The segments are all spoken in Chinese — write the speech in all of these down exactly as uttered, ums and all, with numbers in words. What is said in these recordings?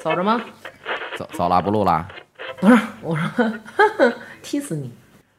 走着吗？ 走走了，不录了。 不是，我说呵呵踢死你。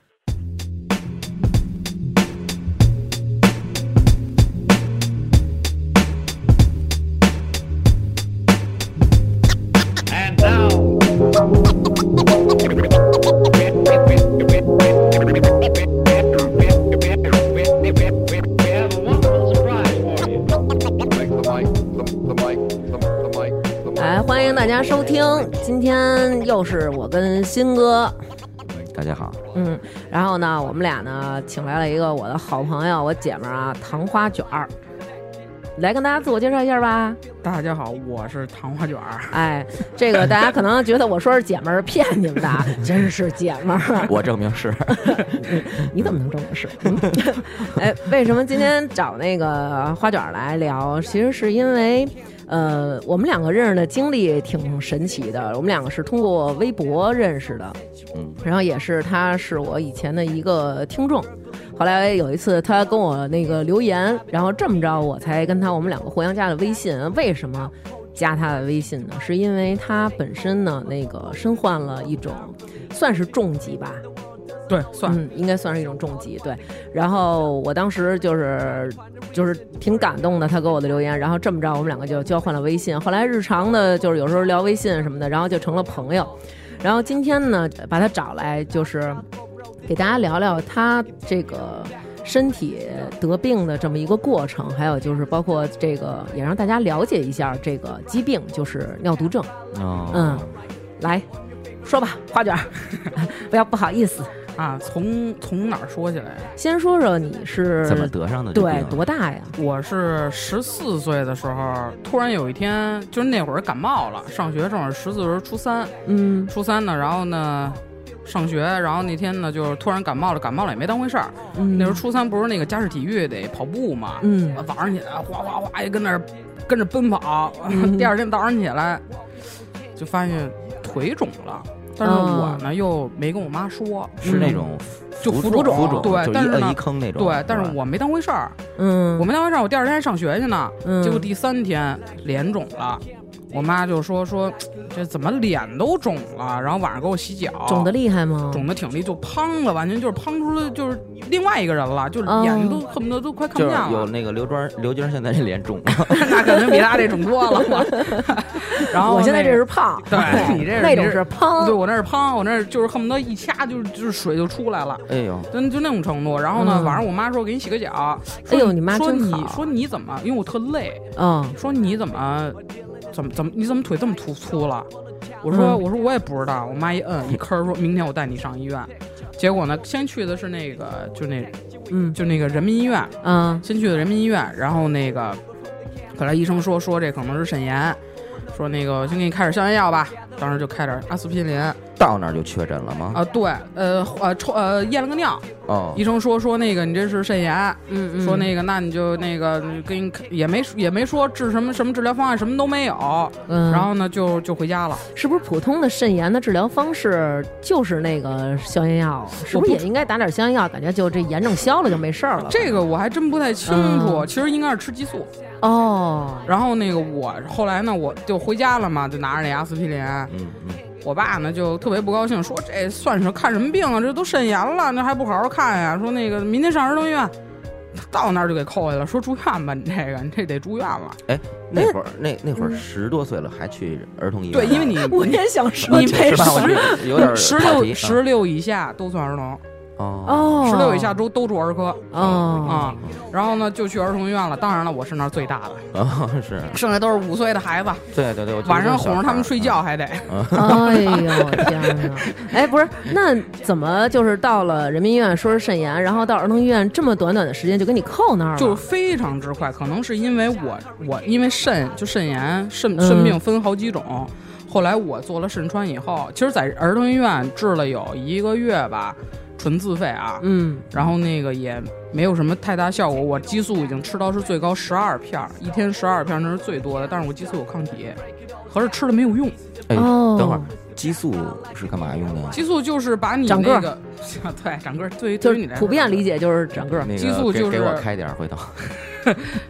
来，欢迎大家收听，今天又是我跟新哥。 大家好。 嗯，然后呢，我们俩呢，请来了一个我的好朋友，我姐们儿啊，糖花卷儿。来跟大家自我介绍一下吧。 大家好，我是糖花卷儿。 哎，这个大家可能觉得我说是姐们儿骗你们的，真是姐们儿。 我证明是。 你, 你怎么能证明是？哎，为什么今天找那个花卷来聊？其实是因为，呃，我们两个认识的经历挺神奇的。我们两个是通过微博认识的，嗯，然后也是他是我以前的一个听众。后来有一次他跟我那个留言，然后这么着我才跟他我们两个互相加了微信。为什么加他的微信呢？是因为他本身呢那个身患了一种算是重疾吧， 对，算、 嗯、应该算是一种重疾。对，然后我当时就是就是挺感动的，他给我的留言，然后这么着我们两个就交换了微信。后来日常的就是有时候聊微信什么的，然后就成了朋友。然后今天呢把他找来，就是给大家聊聊他这个身体得病的这么一个过程，还有就是包括这个也让大家了解一下这个疾病，就是尿毒症。 哦、 嗯，来说吧，花卷不要不好意思啊。从从哪儿说起来？ 先说说你是怎么得上的？ 对，多大呀？ 我是十四岁的时候，突然有一天，就是那会儿感冒了，上学正好十四时初三， 嗯， 初三呢，然后呢。上学，然后那天呢，就是突然感冒了，感冒了也没当回事儿、嗯。那时候初三不是那个家事体育得跑步嘛， 嗯， 早上起来哗哗哗也跟那儿跟着奔跑、嗯，第二天早上起来就发现腿肿了，但是我呢、哦、又没跟我妈说， 是那种就浮肿， 浮肿， 对，但是呢一坑那种， 对，但是我没当回事儿， 嗯， 我没当回事儿，我第二天还上学去呢， 嗯， 结果第三天脸肿了。我妈就说说这怎么脸都肿了，然后晚上给我洗脚， 肿得厉害吗？ 肿得挺厉，就胖了，完全就是胖出来就是另外一个人了，就是眼都、哦、恨不得都快看不见了。 就是有那个刘庄刘娟现在这脸肿， 那肯定比他这肿多了嘛。然后、那个、 我现在这是胖， 对你这是那种是胖， 对我那是胖，我那就是恨不得一掐就是就是水就出来了， 哎呦， 就就那种程度。然后呢，嗯、晚上我妈说给你洗个脚， 哎呦你妈真好， 说你说你怎么，因为我特累， 嗯， 说你怎么。怎么怎么你怎么腿这么突粗了？我说、嗯、我说我也不知道。我妈一摁一坑，说明天我带你上医院。结果呢，先去的是那个就那嗯就那个人民医院， 嗯， 先去的人民医院，然后那个后来医生说说这可能是肾炎，说那个先给你开点消炎药吧。当时就开点阿司匹林。 到那儿就确诊了吗？ 啊，对，呃呃抽呃验了个尿， 哦， 医生说说那个你这是肾炎， 嗯嗯， 说那个那你就那个给你也没也没说治什么什么治疗方案，什么都没有， 嗯， 然后呢就就回家了。 是不是普通的肾炎的治疗方式就是那个消炎药？是不是也应该打点消炎药？感觉就这炎症消了就没事了？ 这个我还真不太清楚，嗯、其实应该是吃激素。 哦， 然后那个我后来呢，我就回家了嘛，就拿着那阿司匹林。 嗯嗯。 我爸呢就特别不高兴，说这算是看什么病啊？这都肾炎了，那还不好好看呀？说那个明天上儿童医院，到那儿就给扣下了，说住院吧，你这个你这得住院了。 哎，那会儿那那会儿十多岁了还去儿童医院？ 对，因为你我也想说， 你没十有点十六十六以下都算儿童。 哦， 十六以下都都住儿科哦啊、嗯，然后呢就去儿童医院了。当然了，我是那儿最大的哦，是， 剩下都是五岁的孩子。 对对对， 晚上哄着他们睡觉还得。 哎呦天哪！哎，不是，那怎么就是到了人民医院说是肾炎，然后到儿童医院这么短短的时间就给你扣那儿了？ 就是非常之快，可能是因为我我因为肾就肾炎肾肾病分好几种。嗯，后来我做了肾穿以后，其实在儿童医院治了有一个月吧。纯自费啊， 嗯， 然后那个也没有什么太大效果。我激素已经吃到是最高十二片，一天十二片那是最多的，但是我激素有抗体，合着吃了没有用。 哎， 哦、 等会儿激素是干嘛用的？ 激素就是把你那个对长个儿，对于就是普遍理解就是长个儿。 那个、 激素就是给我开点回头。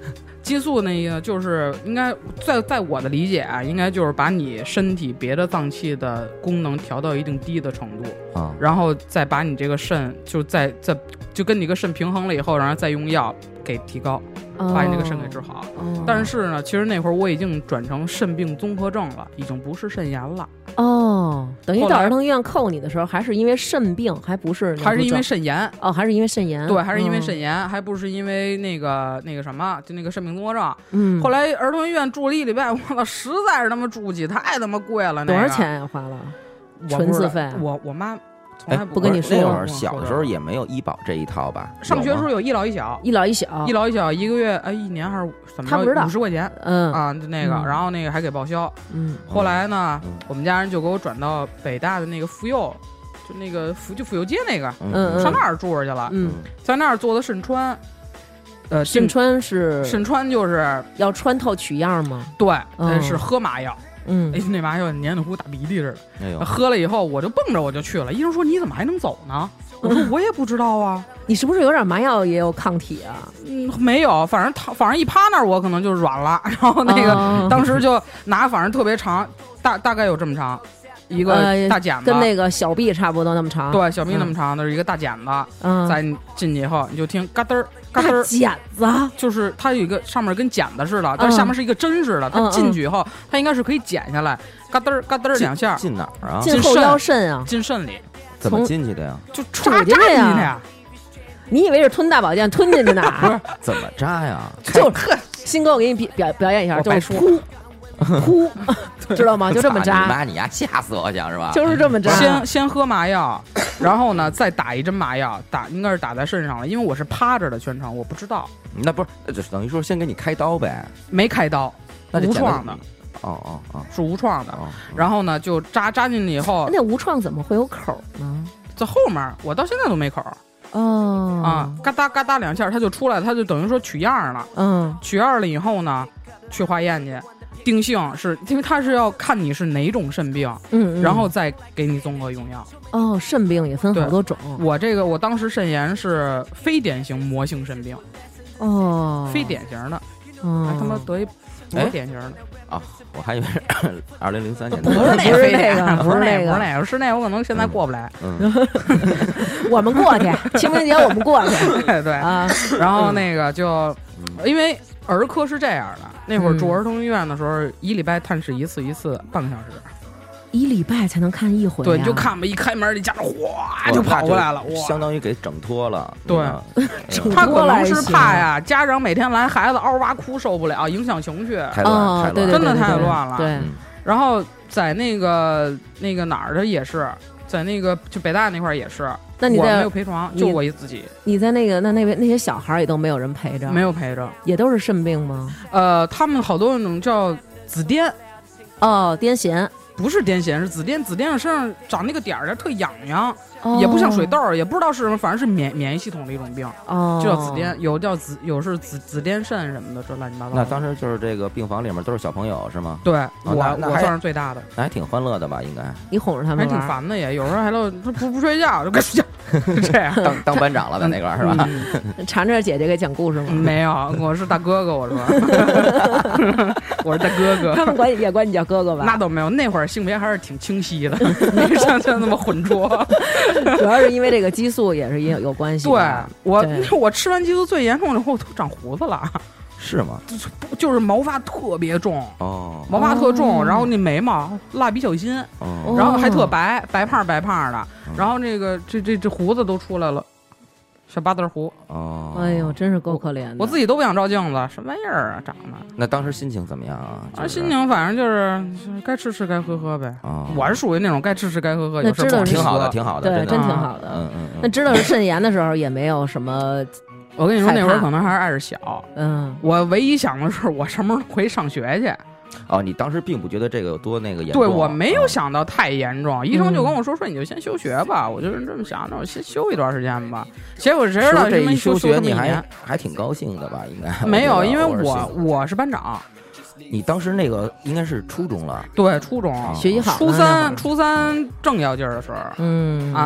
激素那个就是应该在在我的理解啊，应该就是把你身体别的脏器的功能调到一定低的程度啊， 然后再把你这个肾就再再就跟你个肾平衡了以后，然后再用药给提高，把你这个肾给治好。 哦、 但是呢，其实那会儿我已经转成肾病综合症了，已经不是肾炎了。 哦，等于到儿童医院扣你的时候，还是因为肾病，还不是还是因为肾炎哦，还是因为肾炎， 对，还是因为肾炎，哦、还不是因为那个那个什么，就那个肾病综合症。 嗯， 后来儿童医院住了一礼拜，我操，实在是他妈住不起，太他妈贵了。那个、 多少钱呀？花了纯自费？ 我我妈。从来不跟你说， 那会儿小的时候也没有医保这一套吧？ 上学的时候有一老一小， 一老一小， 一老一小，一个月哎，一年还是怎么着？ 他不知道五十块钱， 嗯啊，那个， 嗯、 然后那个还给报销， 嗯。 后来呢，嗯、我们家人就给我转到北大的那个妇幼，就那个妇就妇幼街那个， 嗯， 上那儿住着去了， 嗯， 在那儿做的肾穿。呃， 肾穿是肾穿就是要穿透取样吗？ 对， 哦、 呃，是喝麻药。 嗯， 哎，那麻药黏得糊打鼻涕似的。 哎呦， 喝了以后我就蹦着我就去了。医生说你怎么还能走呢？我说我也不知道啊。 你是不是有点麻药也有抗体啊？ 嗯，没有，反正他反正一趴那儿我可能就软了，然后那个、 哦、 当时就拿，反正特别长，大大概有这么长。一个大剪子、 呃，跟那个小臂差不多那么长。 对，小臂那么长的、嗯、是一个大剪子。 嗯， 在你进去以后，你就听嘎噔儿嘎噔儿。 剪子就是它有一个上面跟剪子似的，但是下面是一个针似的。它、嗯、进去以后，它应该是可以剪下来，嘎噔儿嘎噔儿两下。 进哪儿啊？ 进后腰肾啊？ 进肾里。 怎么进去的呀？ 就插进去呀。 你以为是吞大保健吞进去哪儿？ 不是，怎么扎呀？ 就是新哥，我给你表表演一下，就是呼。呼，知道吗？就这么扎。 你妈，你呀，吓死我想是吧？ 就是这么扎。 先先喝麻药，然后呢再打一针麻药，打应该是打在肾上了，因为我是趴着的全程，我不知道。 那不是，就是等于说先给你开刀呗？ 没开刀，无创的。 哦哦哦， 是无创的。哦、然后呢就扎扎进去以后， 那无创怎么会有口呢？ 在后面，我到现在都没口。 哦啊，嘎哒嘎哒两下，它就出来，它就等于说取样了。 嗯， 取样了以后呢，去化验去。定性是因为他是要看你是哪种肾病， 嗯，嗯然后再给你综合用药。 哦，肾病也分好多种。 我这个我当时肾炎是非典型膜性肾病， 哦， 非典型的， 哦、 还他妈得一不典型的啊！我还以为是二零零三年的， 不是那个非典， 不是那个， 不是那个，是那个，我可能现在过不来。 嗯， 我们过去，清明节我们过去。 对对啊， 然后那个就因为儿科是这样的。那会儿住儿童医院的时候，嗯、一礼拜探视一次，一次半个小时， 一礼拜才能看一回、啊。 对，就看吧，一开门，这家长哗就跑过来了，哇， 相当于给整脱了。 对，他可能是怕呀，家长每天来，孩子嗷哇哭受不了，影响情绪， 太乱， 哦、 太乱， 真的太乱了。 对， 然后在那个那个哪儿的也是，在那个就北大那块儿也是。 那你在没有陪床，就我一自己。 你在那个那那边那些小孩也都没有人陪着， 没有陪着， 也都是肾病吗？ 呃，他们好多那种叫紫癜， 哦，癫痫， 不是癫痫，是紫癜。紫癜身上长那个点儿，特痒痒， 哦、 也不像水痘，也不知道是什么，反正是免免疫系统的一种病， 哦， 就叫紫癜，有叫紫，有是紫紫癜肾什么的，这乱七八糟。 那当时就是这个病房里面都是小朋友是吗？ 对， 哦、 我那我算是最大的， 那还挺欢乐的吧？应该你哄着他们， 还挺烦的也，有时候还都他不不睡觉就该睡觉。这样当当班长了在那块儿是吧？ 嗯、缠着姐姐给讲故事吗？ 没有，我是大哥哥，我说，我是大哥哥。 他们管你也管你叫哥哥吧？ 那都没有，那会儿性别还是挺清晰的，没像现在那么浑浊。 主要是因为这个激素也是也有关系。 对我， 对我吃完激素最严重的时候都长胡子了。 是吗？ 就是毛发特别重哦， 毛发特重，然后那眉毛蜡笔小新， 哦， 然后还特白，白胖白胖的，然后这个这这这胡子都出来了，小八字胡。 哦， 哎呦，真是够可怜的。 我自己都不想照镜子，什么玩意儿啊，长得。 那当时心情怎么样啊？ 啊，心情反正就是该吃吃该喝喝呗。 哦， 我是属于那种该吃吃该喝喝， 那知道挺好的，挺好的， 对，真挺好的。 嗯嗯。 那知道是肾炎的时候，也没有什么。 我跟你说，那会儿可能还是碍着小。 嗯， 我唯一想的是，我什么时候回上学去。 哦，你当时并不觉得这个有多那个严重？ 对，我没有想到太严重， 嗯、 医生就跟我说说你就先休学吧，我就是这么想着，我先休一段时间吧。结果谁知道这一休学你还还挺高兴的吧？应该没有，因为我我是班长。 你当时那个应该是初中了， 对，初中学习好， 初三初三正要劲儿的时候， 嗯啊，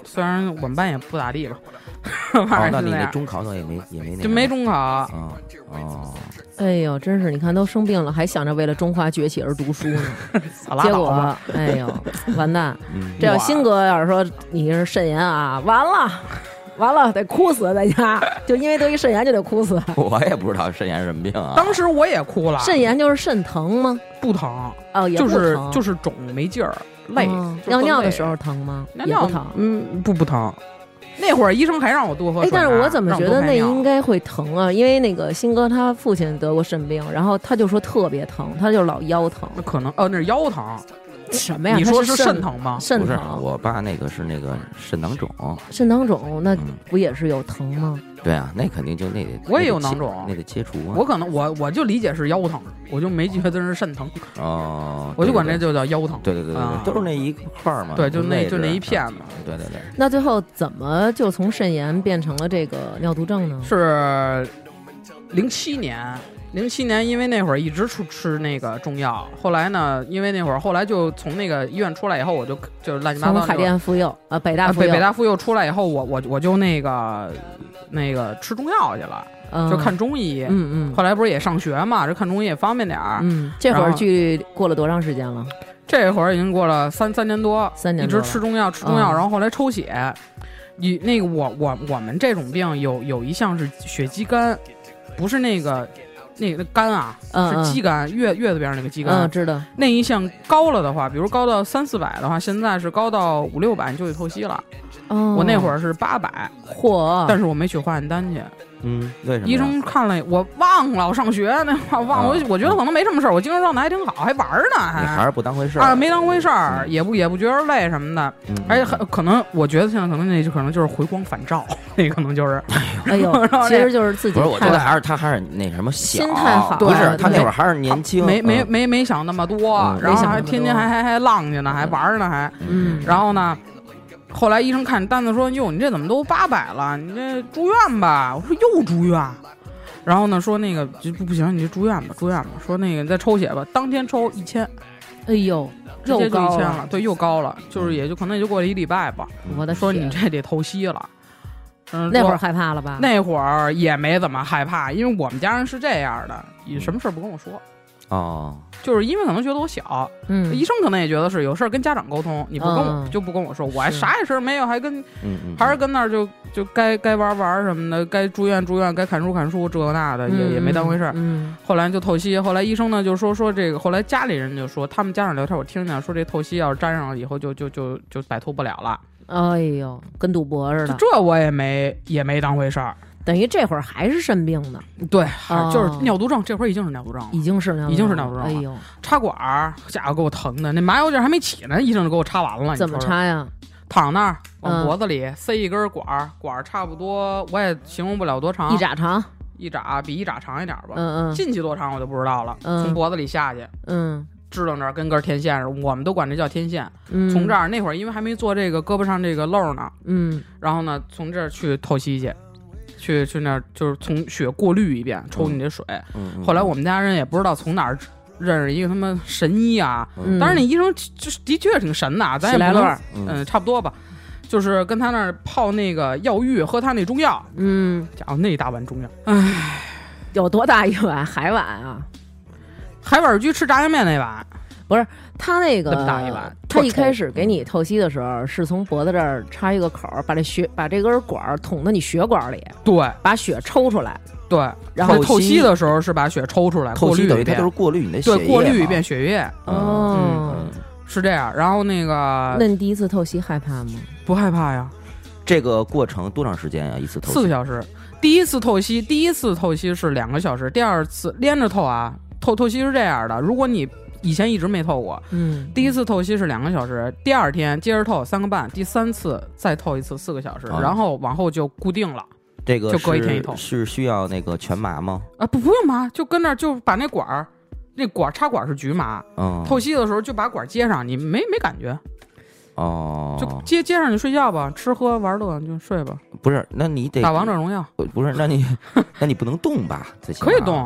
虽然我们班也不咋地吧。 哦， 反正是样那你那中考呢也没也没那就没中考。 哦哦， 哎呦，真是你看都生病了，还想着为了中华崛起而读书呢，结果哎呦完蛋！ 嗯、 这要新哥要是说你是肾炎啊，完了。完了，得哭死在家，就因为得一肾炎就得哭死。 我也不知道肾炎是什么病啊。 当时我也哭了。 肾炎就是肾疼吗？ 不疼哦，也不疼，就是疼就是肿没劲儿，累、 嗯。尿尿的时候疼吗？ 尿尿不疼， 嗯，不不疼。那会儿医生还让我多喝水、啊。哎， 但是我怎么觉得那应该会疼啊？因为那个新哥他父亲得过肾病，然后他就说特别疼，他就老腰疼。 那可能哦，那是腰疼。 什么呀？ 你说是肾疼吗？ 肾疼。 我爸那个是那个肾囊肿。 肾囊肿那不也是有疼吗？ 嗯、对啊，那肯定就那得。 我也有囊肿， 那得切除啊。 我可能我我就理解是腰疼，我就没觉得是肾疼。 哦， 我就管这就叫腰疼。 对对对对， 啊、 都是那一块嘛。 对，就那就那一片嘛。 对对对。 那最后怎么就从肾炎变成了这个尿毒症呢？ 是零七年。零七年，因为那会儿一直吃吃那个中药，后来呢，因为那会儿后来就从那个医院出来以后，我就就乱七八糟。 从海淀妇幼呃北大妇幼、 啊、北北大妇幼出来以后，我我我就那个那个吃中药去了， 嗯、 就看中医。 嗯嗯。 后来不是也上学嘛，这看中医也方便点儿。 嗯，这会儿距过了多长时间了？ 这会儿已经过了三三年多， 三年一直吃中药吃中药， 嗯、 然后后来抽血。你那个我我我们这种病有有一项是血肌酐，不是那个。那个肝啊， 嗯、 是肌酐，月月字边那个肌酐。 嗯，知道。 那一项高了的话，比如高到三四百的话，现在是高到五六百，你就得透析了。 哦， 我那会儿是八百， 嚯！ 但是我没取化验单去。 嗯，为什么？ 医生看了我忘了，我上学那会儿忘了，我、啊、我觉得可能没什么事儿，我精神状态还挺好，还玩呢，还你还是不当回事啊，没当回事儿、嗯，也不也不觉得累什么的， 嗯、 而且很可能我觉得现在可能那就可能就是回光返照，那可能就是， 哎呦，其实就是自己不是，我觉得还是他还是那什么小心态好， 不是他那会儿还是年轻， 没没没没想那么多， 嗯、 然后还天天还还还浪去呢，还玩呢，还， 嗯， 然后呢。后来医生看单子说：“哟，你这怎么都八百了？你这住院吧。”我说：“又住院。”然后呢，说那个不不行，你就住院吧，住院吧。说那个你再抽血吧，当天抽一千， 哎呦， 直接就一千了， 对，又高了，就是也就可能也就过了一礼拜吧。 我的说你这得透析了。嗯， 那会儿害怕了吧？ 那会儿也没怎么害怕，因为我们家人是这样的，你什么事儿不跟我说。 哦， 就是因为可能觉得我小， 嗯， 医生可能也觉得是有事儿跟家长沟通，你不跟我、 嗯、 就不跟我说，我还啥也事儿没有，还跟， 嗯嗯， 还是跟那儿就就该该玩玩什么的，该住院住院，该看书看书，这个那的、 嗯、 也也没当回事儿。 嗯， 后来就透析，后来医生呢就说说这个，后来家里人就说，他们家长聊天我听见说这透析要是沾上了以后就就就就摆脱不了了。 哎呦，跟赌博似的。 这我也没也没当回事儿。 等于这会儿还是肾病呢， 对，哦、就是尿毒症，这会儿已经是尿毒症了， 已经是尿毒症， 已经是尿毒症了。 哎呦， 插管儿，家伙给我疼的，那麻药劲还没起呢，医生就给我插完了。 怎么插呀？ 躺那儿往脖子里塞一根管儿，管儿差不多我也形容不了多长， 一拃长， 一拃比一拃长一点吧。 嗯嗯， 进去多长我就不知道了。 嗯， 从脖子里下去， 嗯， 支棱着跟根天线似的，我们都管这叫天线。 嗯， 从这儿那会儿因为还没做这个胳膊上这个漏呢， 嗯， 然后呢从这儿去透析去。去去那儿就是从血过滤一遍，抽你这水。 嗯嗯、 后来我们家人也不知道从哪儿认识一个他妈神医啊， 嗯、 当然那医生就是的确挺神的，咱也不能嗯、呃、差不多吧，就是跟他那儿泡那个药浴，喝他那中药。 嗯， 家伙那一大碗中药，唉， 有多大一碗海碗啊？ 海碗居吃炸酱面那碗。 不是他那个， 那么大一碗。 他一开始给你透析的时候，是从脖子这儿插一个口，把这血把这根管捅到你血管里， 对， 把血抽出来， 对。然后透析的时候是把血抽出来， 透析等于它都是过滤你的血液， 对，过滤一遍血液。 哦、 嗯，是这样。然后那个， 那你第一次透析害怕吗？ 不害怕呀。 这个过程多长时间呀？一次透析四个小时。第一次透析，第一次透析是两个小时，第二次连着透啊。透透析是这样的，如果你以前一直没透过， 嗯， 第一次透析是两个小时，第二天接着透三个半，第三次再透一次四个小时， 啊、 然后往后就固定了。 这个就隔一天一透， 是需要那个全麻吗？ 啊，不不用麻，就跟那儿就把那管儿，那管插管是局麻， 嗯， 透析的时候就把管接上，你没没感觉。 哦， 就接接上你睡觉吧，吃喝玩乐你就睡吧。 不是，那你得打王者荣耀。 不是，那你那你不能动吧？ 可以动。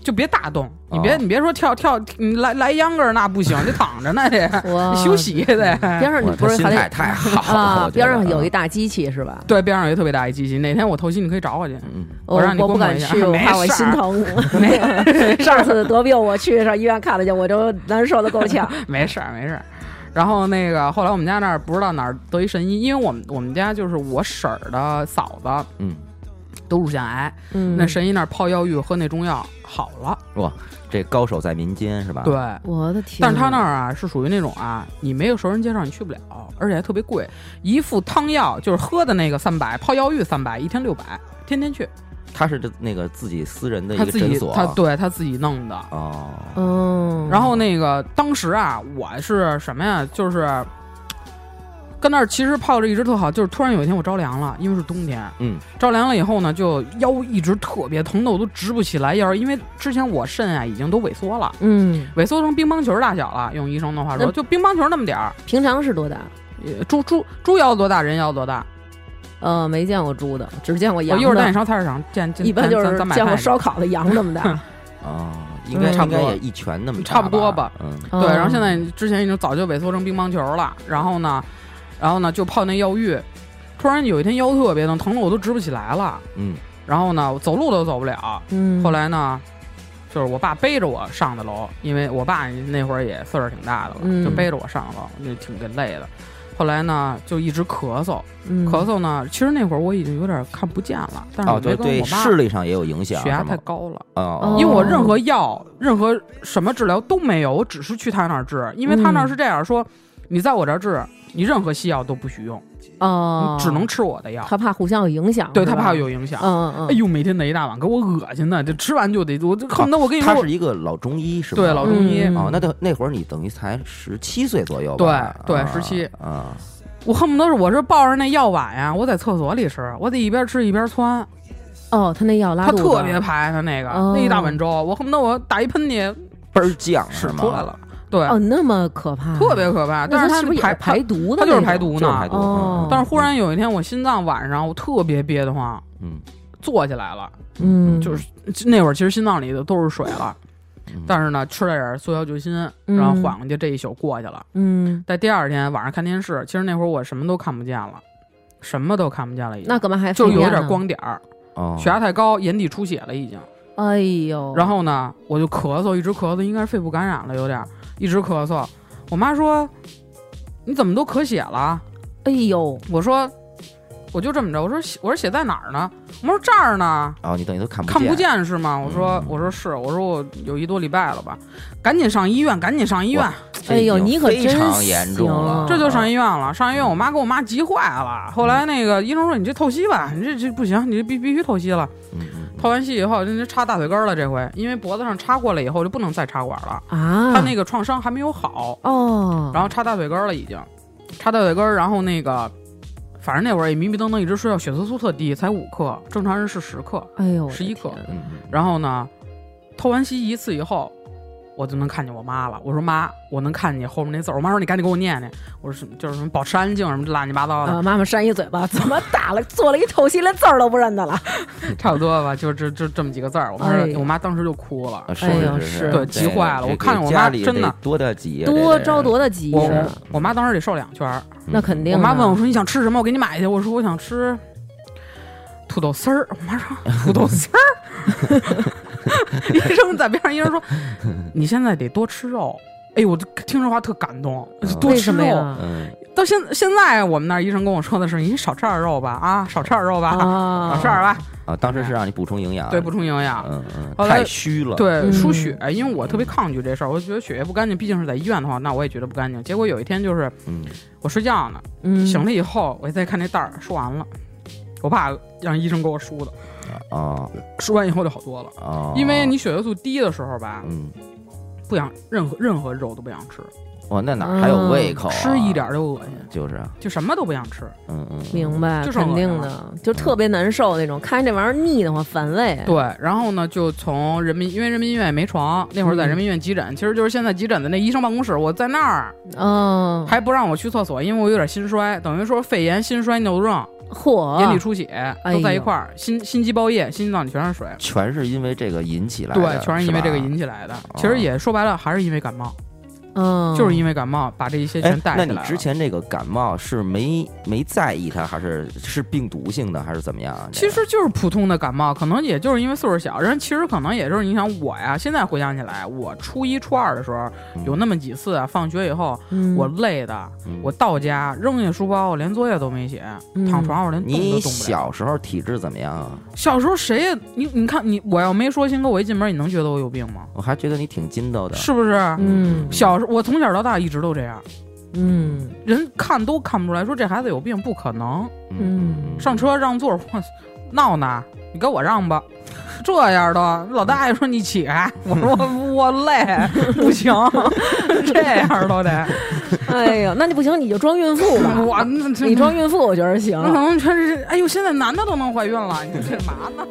就别大动，你别、哦、你别说跳跳，你来来秧歌那不行，得躺着呢得休息得。 边上你不是还得太好了、 啊？边上有一大机器是吧？ 对，边上有一特别大一机器。哪天我透析你可以找我去，嗯、我让你我不敢去，我怕我心疼。上次得病我去上医院看了去，我就难受的够呛。 没事儿没事儿。然后那个后来我们家那儿不知道哪儿得一神医，因为我们我们家就是我婶儿的嫂子，嗯。都乳腺癌，嗯，那神医那儿泡药浴喝那中药好了， 哇，这高手在民间是吧？ 对， 我的天！ 但是他那儿啊是属于那种啊，你没有熟人介绍你去不了，而且还特别贵，一副汤药就是喝的那个三百，泡药浴三百，一天六百，天天去。 他是那个自己私人的一个诊所， 他对他自己弄的哦， 嗯， 然后那个当时啊，我是什么呀？就是。跟那儿其实泡着一直特好，就是突然有一天我着凉了，因为是冬天，嗯，着凉了以后呢，就腰一直特别疼的，我都直不起来腰，因为之前我肾啊已经都萎缩了，嗯，萎缩成乒乓球大小了，用医生的话说，就乒乓球那么点儿。 平常是多大？ 猪猪猪腰多大？人腰多大？ 呃，没见过猪的，只见过羊的。 我一会儿带你上菜市场见， 一般就是见过烧烤的羊那么大。 哦，应该差不多也一拳那么差不多吧， 嗯， 对。然后现在之前已经早就萎缩成乒乓球了，然后呢。然后呢，就泡那药浴，突然有一天腰特别疼，疼的我都直不起来了。嗯，然后呢，我走路都走不了。嗯，后来呢，就是我爸背着我上的楼，因为我爸那会儿也岁数挺大的了，嗯、就背着我上楼，就挺给累的。后来呢，就一直咳嗽，嗯、咳嗽呢，其实那会儿我已经有点看不见了，但是我觉得对视力上也有影响， 血压太高了。哦，因为我任何药、任何什么治疗都没有，我只是去他那儿治，因为他那儿是这样说，你在我这儿治。你任何西药都不许用哦，你只能吃我的药。 他怕互相有影响， 对他怕有影响。嗯嗯。哎呦，每天那一大碗给我恶心的，就吃完就得我就恨不得我跟你说， 他是一个老中医是吧？ 对，老中医啊、嗯哦，那那那会儿你等于才十七岁左右吧？对对，十七啊。我恨不得是我是抱着那药碗呀，我在厕所里吃，我得一边吃一边窜。 哦，他那药拉肚子， 他特别排，他那个、哦、那一大碗粥，我恨不得我打一喷嚏， 倍儿犟使出来了。对哦，那么可怕， 特别可怕。但是它是不是排排毒的？ 它就是排毒呢。 排毒哦。 但是忽然有一天，我心脏晚上我特别憋得慌，嗯，坐起来了，嗯，就是那会儿其实心脏里的都是水了，嗯、但是呢吃了点速效救心，然后缓过去，这一宿过去了。嗯。在第二天晚上看电视，其实那会儿我什么都看不见了，什么都看不见了已经。 那干嘛还就有一点光点儿？哦。血压太高，眼底出血了已经。 哎呦。 然后呢，我就咳嗽，一直咳嗽，应该是肺部感染了，有点。一直咳嗽，我妈说：“你怎么都咳血了？” 哎呦， 我说：“我就这么着。”我说：“我说血在哪儿呢？”我说：“这儿呢。” 哦，你等于都看不见看不见是吗？我说：“嗯、我说是。”我说：“我有一多礼拜了吧？赶紧上医院，赶紧上医院。” 哎呦，你可真非常严重了， 这就上医院了。上医院，我妈给我妈急坏了。后来那个医生说：“你这透析吧，你这这不行，你这必必须透析了。”嗯。透完析以后，这插大腿根了。这回因为脖子上插过了以后，就不能再插管了啊。他那个创伤还没有好哦，然后插大腿根了，已经插大腿根。然后那个，反正那会儿也迷迷瞪瞪，一直睡觉，血色素特低，才五克，正常人是十克， 哎呦， 十一克。然后呢，透完析一次以后，我就能看见我妈了。我说妈，我能看见你后面那字儿。我妈说你赶紧给我念念。我说就是什么保持安静什么乱七八糟的。 呃、妈妈扇一嘴巴，怎么打了做了一透析，连字儿都不认得了。 差不多吧，就这就这么几个字儿。我妈、哎、我妈当时就哭了， 是是是， 对，急坏了。我看着我妈真的多大急， 多着多大急。 我我妈当时得瘦两圈， 那肯定。 我妈问我说你想吃什么，我给你买去。我说我想吃土豆丝儿。我妈说土豆丝儿。医生在边上，医生说：“你现在得多吃肉。”哎呦，我听这话特感动，多吃肉。 嗯、 到现现在，我们那儿医生跟我说的是：“你少吃点肉吧，啊，少吃点肉吧，啊、少吃点吧。” 啊，当时是让你补充营养， 对，补充营养。 嗯嗯，太虚了。 对，输血，因为我特别抗拒这事儿，我觉得血液不干净，毕竟是在医院的话，那我也觉得不干净。结果有一天就是，嗯，我睡觉呢，嗯，醒了以后，我再看那袋儿，输完了，我怕让医生给我输的。 啊， 输完以后就好多了啊，因为你血色素低的时候吧，嗯，不想任何任何肉都不想吃。 哇，那哪还有胃口、啊嗯？吃一点就恶心， 就是就什么都不想吃。 嗯嗯， 明白， 就是肯定的，就特别难受那种，看这玩意儿腻得慌，反胃。 对，然后呢，就从人民，因为人民医院也没床，那会儿在人民医院急诊，嗯、其实就是现在急诊的那医生办公室，我在那儿， 嗯， 还不让我去厕所，因为我有点心衰，等于说肺炎、心衰、尿毒症。 嚯， 眼底出血都在一块儿，心心肌爆液，心脏里全是水， 全是因为这个引起来的。 对，全是因为这个引起来的。其实也说白了，还是因为感冒。嗯，就是因为感冒把这一些全带起来了。 那你之前这个感冒是没没在意它，还是是病毒性的，还是怎么样？ 其实就是普通的感冒，可能也就是因为岁数小，人其实可能也就是你想我呀，现在回想起来，我初一初二的时候、嗯、有那么几次啊，放学以后、嗯、我累的、嗯，我到家扔下书包，连作业都没写，嗯、躺床上连动都动不了。 你小时候体质怎么样啊？ 小时候谁也你你看你，我要没说鑫哥，我一进门你能觉得我有病吗？ 我还觉得你挺筋斗的， 是不是？嗯，小时候我从小到大一直都这样，嗯，人看都看不出来，说这孩子有病不可能。嗯，上车让座，我闹呢，你给我让吧。这样的老大爷说你起来，我说我累，不行，这样都得。 哎呀，那你不行，你就装孕妇吧。 我你装孕妇，我觉得行。 可能确实是，哎呦，现在男的都能怀孕了，你这嘛呢？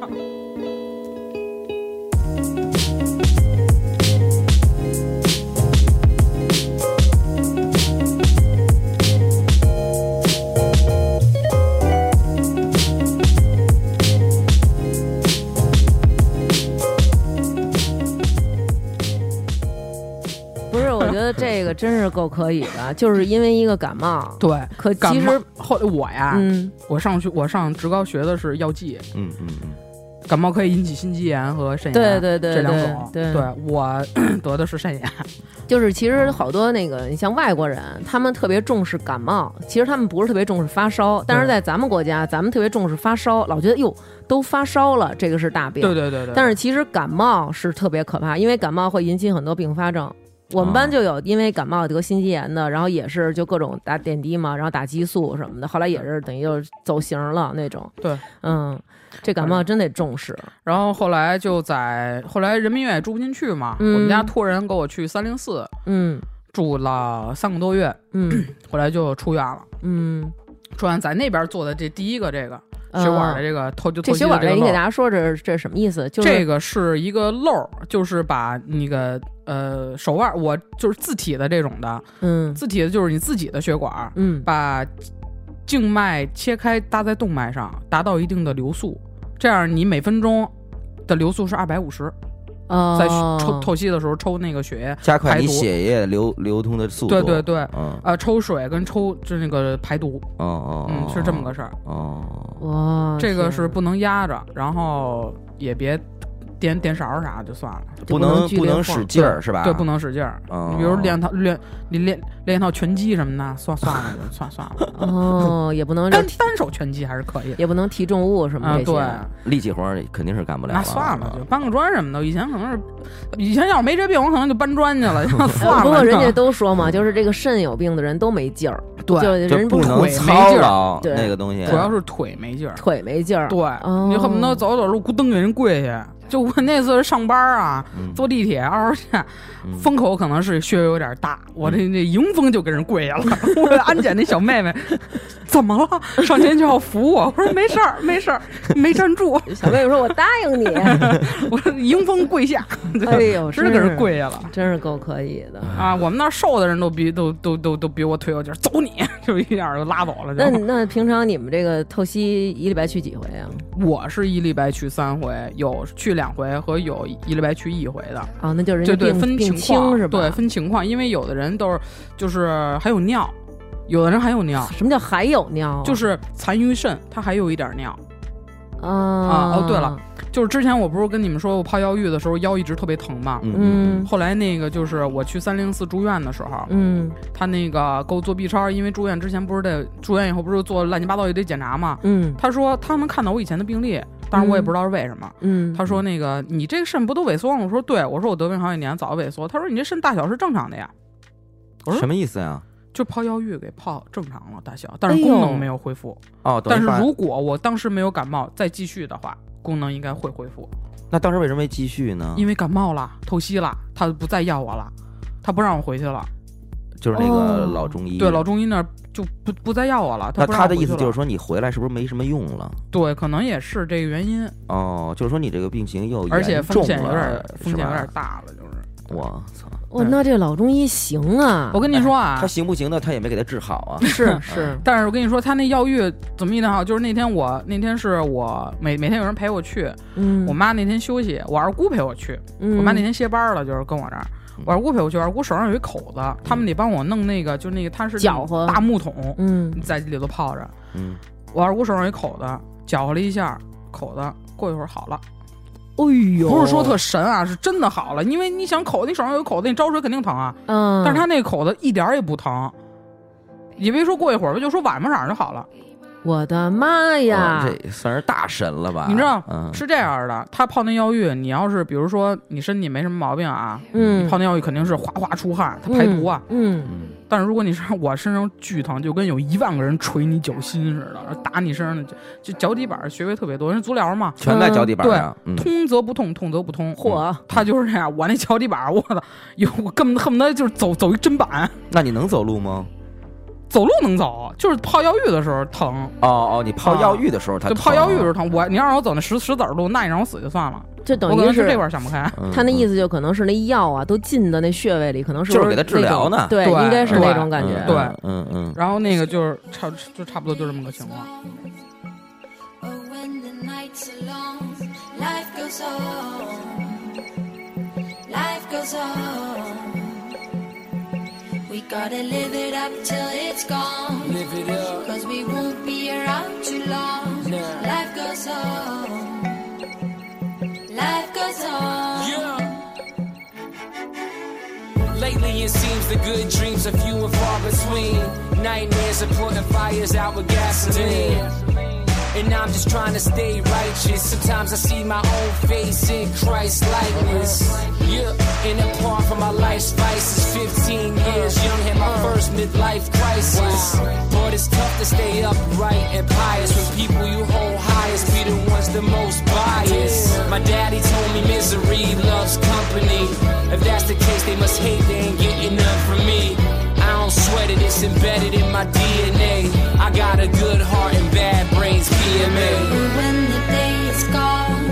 这个真是够可以的，就是因为一个感冒。 对， 可其实后来我呀，嗯，我上学，我上职高学的是药剂，嗯嗯嗯，感冒可以引起心肌炎和肾炎， 对对对， 这两种。 对， 对我得的是肾炎。 就是其实好多那个，你像外国人，他们特别重视感冒，其实他们不是特别重视发烧，但是在咱们国家，咱们特别重视发烧，老觉得哟都发烧了，这个是大病。 对对对对。 但是其实感冒是特别可怕，因为感冒会引起很多并发症。我们班就有因为感冒得心肌炎的，然后也是就各种打点滴嘛，然后打激素什么的，后来也是等于就是走形了那种。 对， 嗯，这感冒真得重视。 然后后来就在后来人民医院也住不进去嘛，嗯、我们家托人给我去三零四，嗯，住了三个多月，嗯，后来就出院了，嗯，出院在那边做的这第一个这个。血管的这个透就这血管的，你给大家说这这是什么意思？就是这个是一个漏，就是把那个呃手腕，我就是自体的这种的，嗯，自体的就是你自己的血管，嗯，把静脉切开搭在动脉上，达到一定的流速，这样你每分钟的流速是二百五十。 哦， 在抽透析的时候抽那个血液， 加快你血液流流通的速度。 对对对， 嗯， 呃，抽水跟抽就那个排毒， 哦哦， 嗯，是这么个事儿。 哦， 哇， 这个是不能压着，然后也别点点勺啥就算了， 不能不能使劲儿是吧？ 对，不能使劲儿。 哦， 你比如练套练你练练一套拳击什么的，算算了就算算了。 哦，也不能单单手拳击还是可以， 也不能提重物什么这些。 对， 力气活肯定是干不了。 那算了，就搬个砖什么的。以前可能是，以前要是没这病，我可能就搬砖去了。算了。 不过人家都说嘛，就是这个肾有病的人都没劲儿。 对， 就人不能操劳那个东西， 主要是腿没劲儿， 腿没劲儿。 对，你恨不得走走路咕噔给人跪下。就我那次上班啊，坐地铁二号线，风口可能是血有点大，我这这迎风就给人跪下了。我安检那小妹妹怎么了？上前就要扶我，我说没事儿，没事儿，没站住。 小妹妹说：“我答应你。” 我说迎风跪下， 哎呦， 真是给人跪下了， 真是够可以的啊！我们那瘦的人都比都都都都比我腿有劲儿，走你就一下就拉走了。 那那平常你们这个透析一礼拜去几回啊？ 我是一礼拜去三回，有去两回和有一礼拜去一回的。 哦，那就是人家对对分情况是吧？ 对，分情况，因为有的人都是就是还有尿，有的人还有尿。 什么叫还有尿、啊？ 就是残余肾，它还有一点尿。 啊啊哦，对了，就是之前我不是跟你们说我泡药浴的时候腰一直特别疼嘛， 嗯， 后来那个就是我去三零四住院的时候， 嗯， 他那个给我做 B 超，因为住院之前不是得住院以后不是做乱七八糟一堆检查嘛， 嗯， 他说他能看到我以前的病历，当然我也不知道是为什么， 嗯， 他说那个你这个肾不都萎缩吗？我说对，我说我得病好几年早萎缩，他说你这肾大小是正常的呀，我说什么意思呀？ 就泡药浴给泡正常了大小，但是功能没有恢复。 哎、哦， 但是如果我当时没有感冒再继续的话，功能应该会恢复。 那当时为什么没继续呢？ 因为感冒了，透析了，他不再要我了，他不让我回去了。 就是那个老中医， 哦、对老中医那儿就不不再要我了。他那他的意思就是说你回来是不是没什么用了？ 对，可能也是这个原因。 哦，就是说你这个病情又而且风险有点严重了风险有点大了，就是。 我操！ 哇，那这老中医行啊！ 我跟你说啊， 他行不行的，他也没给他治好啊。 是是， 但是我跟你说，他那药浴怎么一点好？就是那天我那天是我每每天有人陪我去， 嗯， 我妈那天休息，我二姑陪我去， 嗯、 我妈那天歇班了，就是跟我这儿。我二姑陪我去，我二姑手上有一口子，他们得帮我弄那个，就那个它是搅和大木桶， 嗯， 在里头泡着。 嗯， 我二姑手上有一口子，搅和了一下，口子过一会儿好了。 哎呦， 不是说特神啊，是真的好了。因为你想口子，你手上有口子，你招水肯定疼啊。 嗯， 但是他那口子一点也不疼，以为说过一会儿就说晚上上就好了。 我的妈呀， 哦、这算是大神了吧？ 你知道、 嗯、 是这样的，他泡那药浴，你要是比如说你身体没什么毛病啊， 嗯， 你泡那药浴肯定是哗哗出汗，它排毒啊。 嗯。 嗯， 但是如果你是我身上巨疼，就跟有一万个人捶你脚心似的，打你身上的就就脚底板穴位特别多，人足疗嘛， 全在脚底板上。 对，嗯、通则不痛，痛则不通。 嚯， 他就是这样。我那脚底板，我操，有我根本恨不得就是走走一砧板。 那你能走路吗？ 走路能走，就是泡药浴的时候疼。 哦哦，你泡药浴的时候它疼、啊、 就泡药浴的时候疼。我你要让我走那石石子路，那你让我死就算了。 这等于是这块想不开。 他那意思就可能是那药啊都进到那穴位里，可能是就是给他治疗呢。 对， 对应该是那种感觉。 对， 嗯 嗯, 嗯。 然后那个就是差就差不多就这么个情况。 We gotta live it up till it's gone. Live it up, cause we won't be around too long. Nah. Life goes on. Life goes on. Yeah. Lately it seems the good dreams are few and far between. Nightmares are putting fires out with gasoline. And I'm just trying to stay righteous. Sometimes I see my own face in Christ's likeness. Yeah, and apart from my life's vices, fifteen years young, had my first midlife crisis. But it's tough to stay upright and pious when people you hold highest be the ones the most biased. My daddy told me misery loves company. If that's the case, they must hate they ain't getting none from me. I don't sweat it, it's embedded in my D N A. I got a good heart and bad brains, P M A. When the day is gone,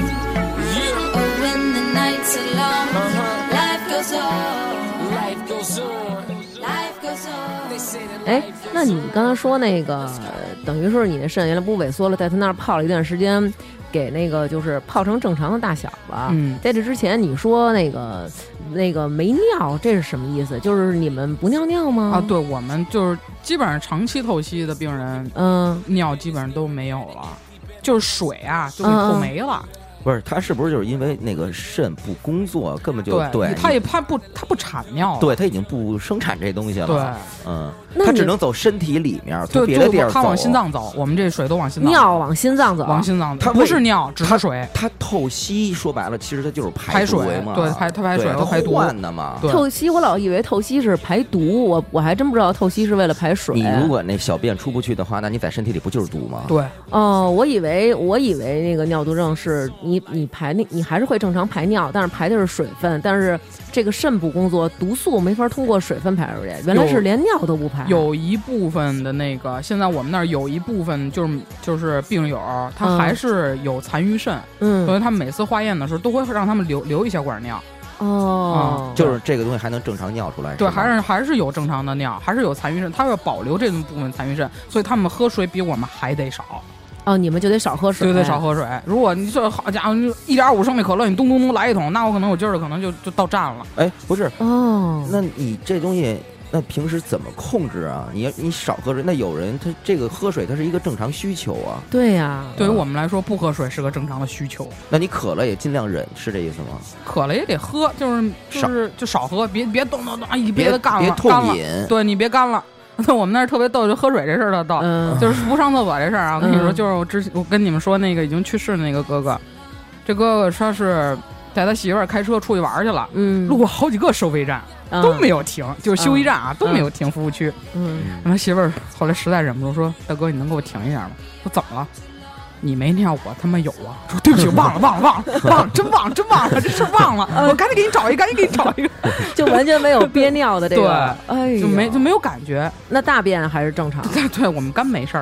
yeah. Or when the nights are long, uh-huh. Life goes on, life goes on, life goes on. 哎，那你刚才说那个，等于说你的肾原来不萎缩了，在他那儿泡了一段时间。给那个就是泡成正常的大小了。 嗯， 在这之前你说那个那个没尿，这是什么意思？就是你们不尿尿吗？ 啊，对，我们就是基本上长期透析的病人， 嗯， 尿基本上都没有了，就是水啊就给透没了。 嗯不是，他是不是就是因为那个肾不工作，根本就对， 对他也他不他不产尿， 对他已经不生产这东西了， 对， 嗯，他只能走身体里面，从对别的地儿走， 他往心脏走，我们这水都往心脏， 尿往心脏走， 往心脏走， 他不是尿，只是水。 他透析说白了，其实他就是排水嘛， 对，排他排水和排毒的嘛。 透析我老以为透析是排毒，我我还真不知道透析是为了排水。 你如果那小便出不去的话，那你在身体里不就是毒吗？ 对， 哦，我以为我以为那个尿毒症是你你排那。你还是会正常排尿，但是排的是水分，但是这个肾不工作，毒素没法通过水分排出去。原来是连尿都不排。 有一部分的那个，现在我们那儿有一部分就是就是病友，他还是有残余肾， 嗯， 所以他们每次化验的时候都会让他们留留一小管尿。 哦、 嗯， 就是这个东西还能正常尿出来， 对，还是还是有正常的尿，还是有残余肾，他要保留这部分残余肾，所以他们喝水比我们还得少。 哦，你们就得少喝水， 对，得少喝水。如果你这好家伙，一点五升的可乐，你咚咚咚来一桶，那我可能我今儿可能就就到站了。 哎，不是哦， 那你这东西，那平时怎么控制啊？你你少喝水，那有人他这个喝水，它是一个正常需求啊。 对呀、啊， 对于我们来说，不喝水是个正常的需求。 那你渴了也尽量忍，是这意思吗？ 渴了也得喝，就是就是就少喝，别别咚咚咚，哎，别的干了， 别痛饮。 对你别干了。我们那儿特别逗，就喝水这事儿特逗， 嗯、 就是不上厕所这事儿啊。我跟你说，嗯、就是我之前我跟你们说那个已经去世的那个哥哥，这哥哥他是带他媳妇儿开车出去玩去了， 嗯， 路过好几个收费站、嗯、都没有停，就是休息站啊、嗯、都没有停服务区。 嗯， 然后他媳妇儿后来实在忍不住说：“大哥，你能给我停一下吗？”说怎么了？你没尿，我他妈有啊！说对不起，忘了，忘了，忘了，忘了，真忘了，真忘了，这事忘了。我赶紧给你找一个，赶紧给你找一个， 就完全没有憋尿的这个， 对， 哎， 就没就没有感觉。 那大便还是正常的？ 对，对我们肝没事儿。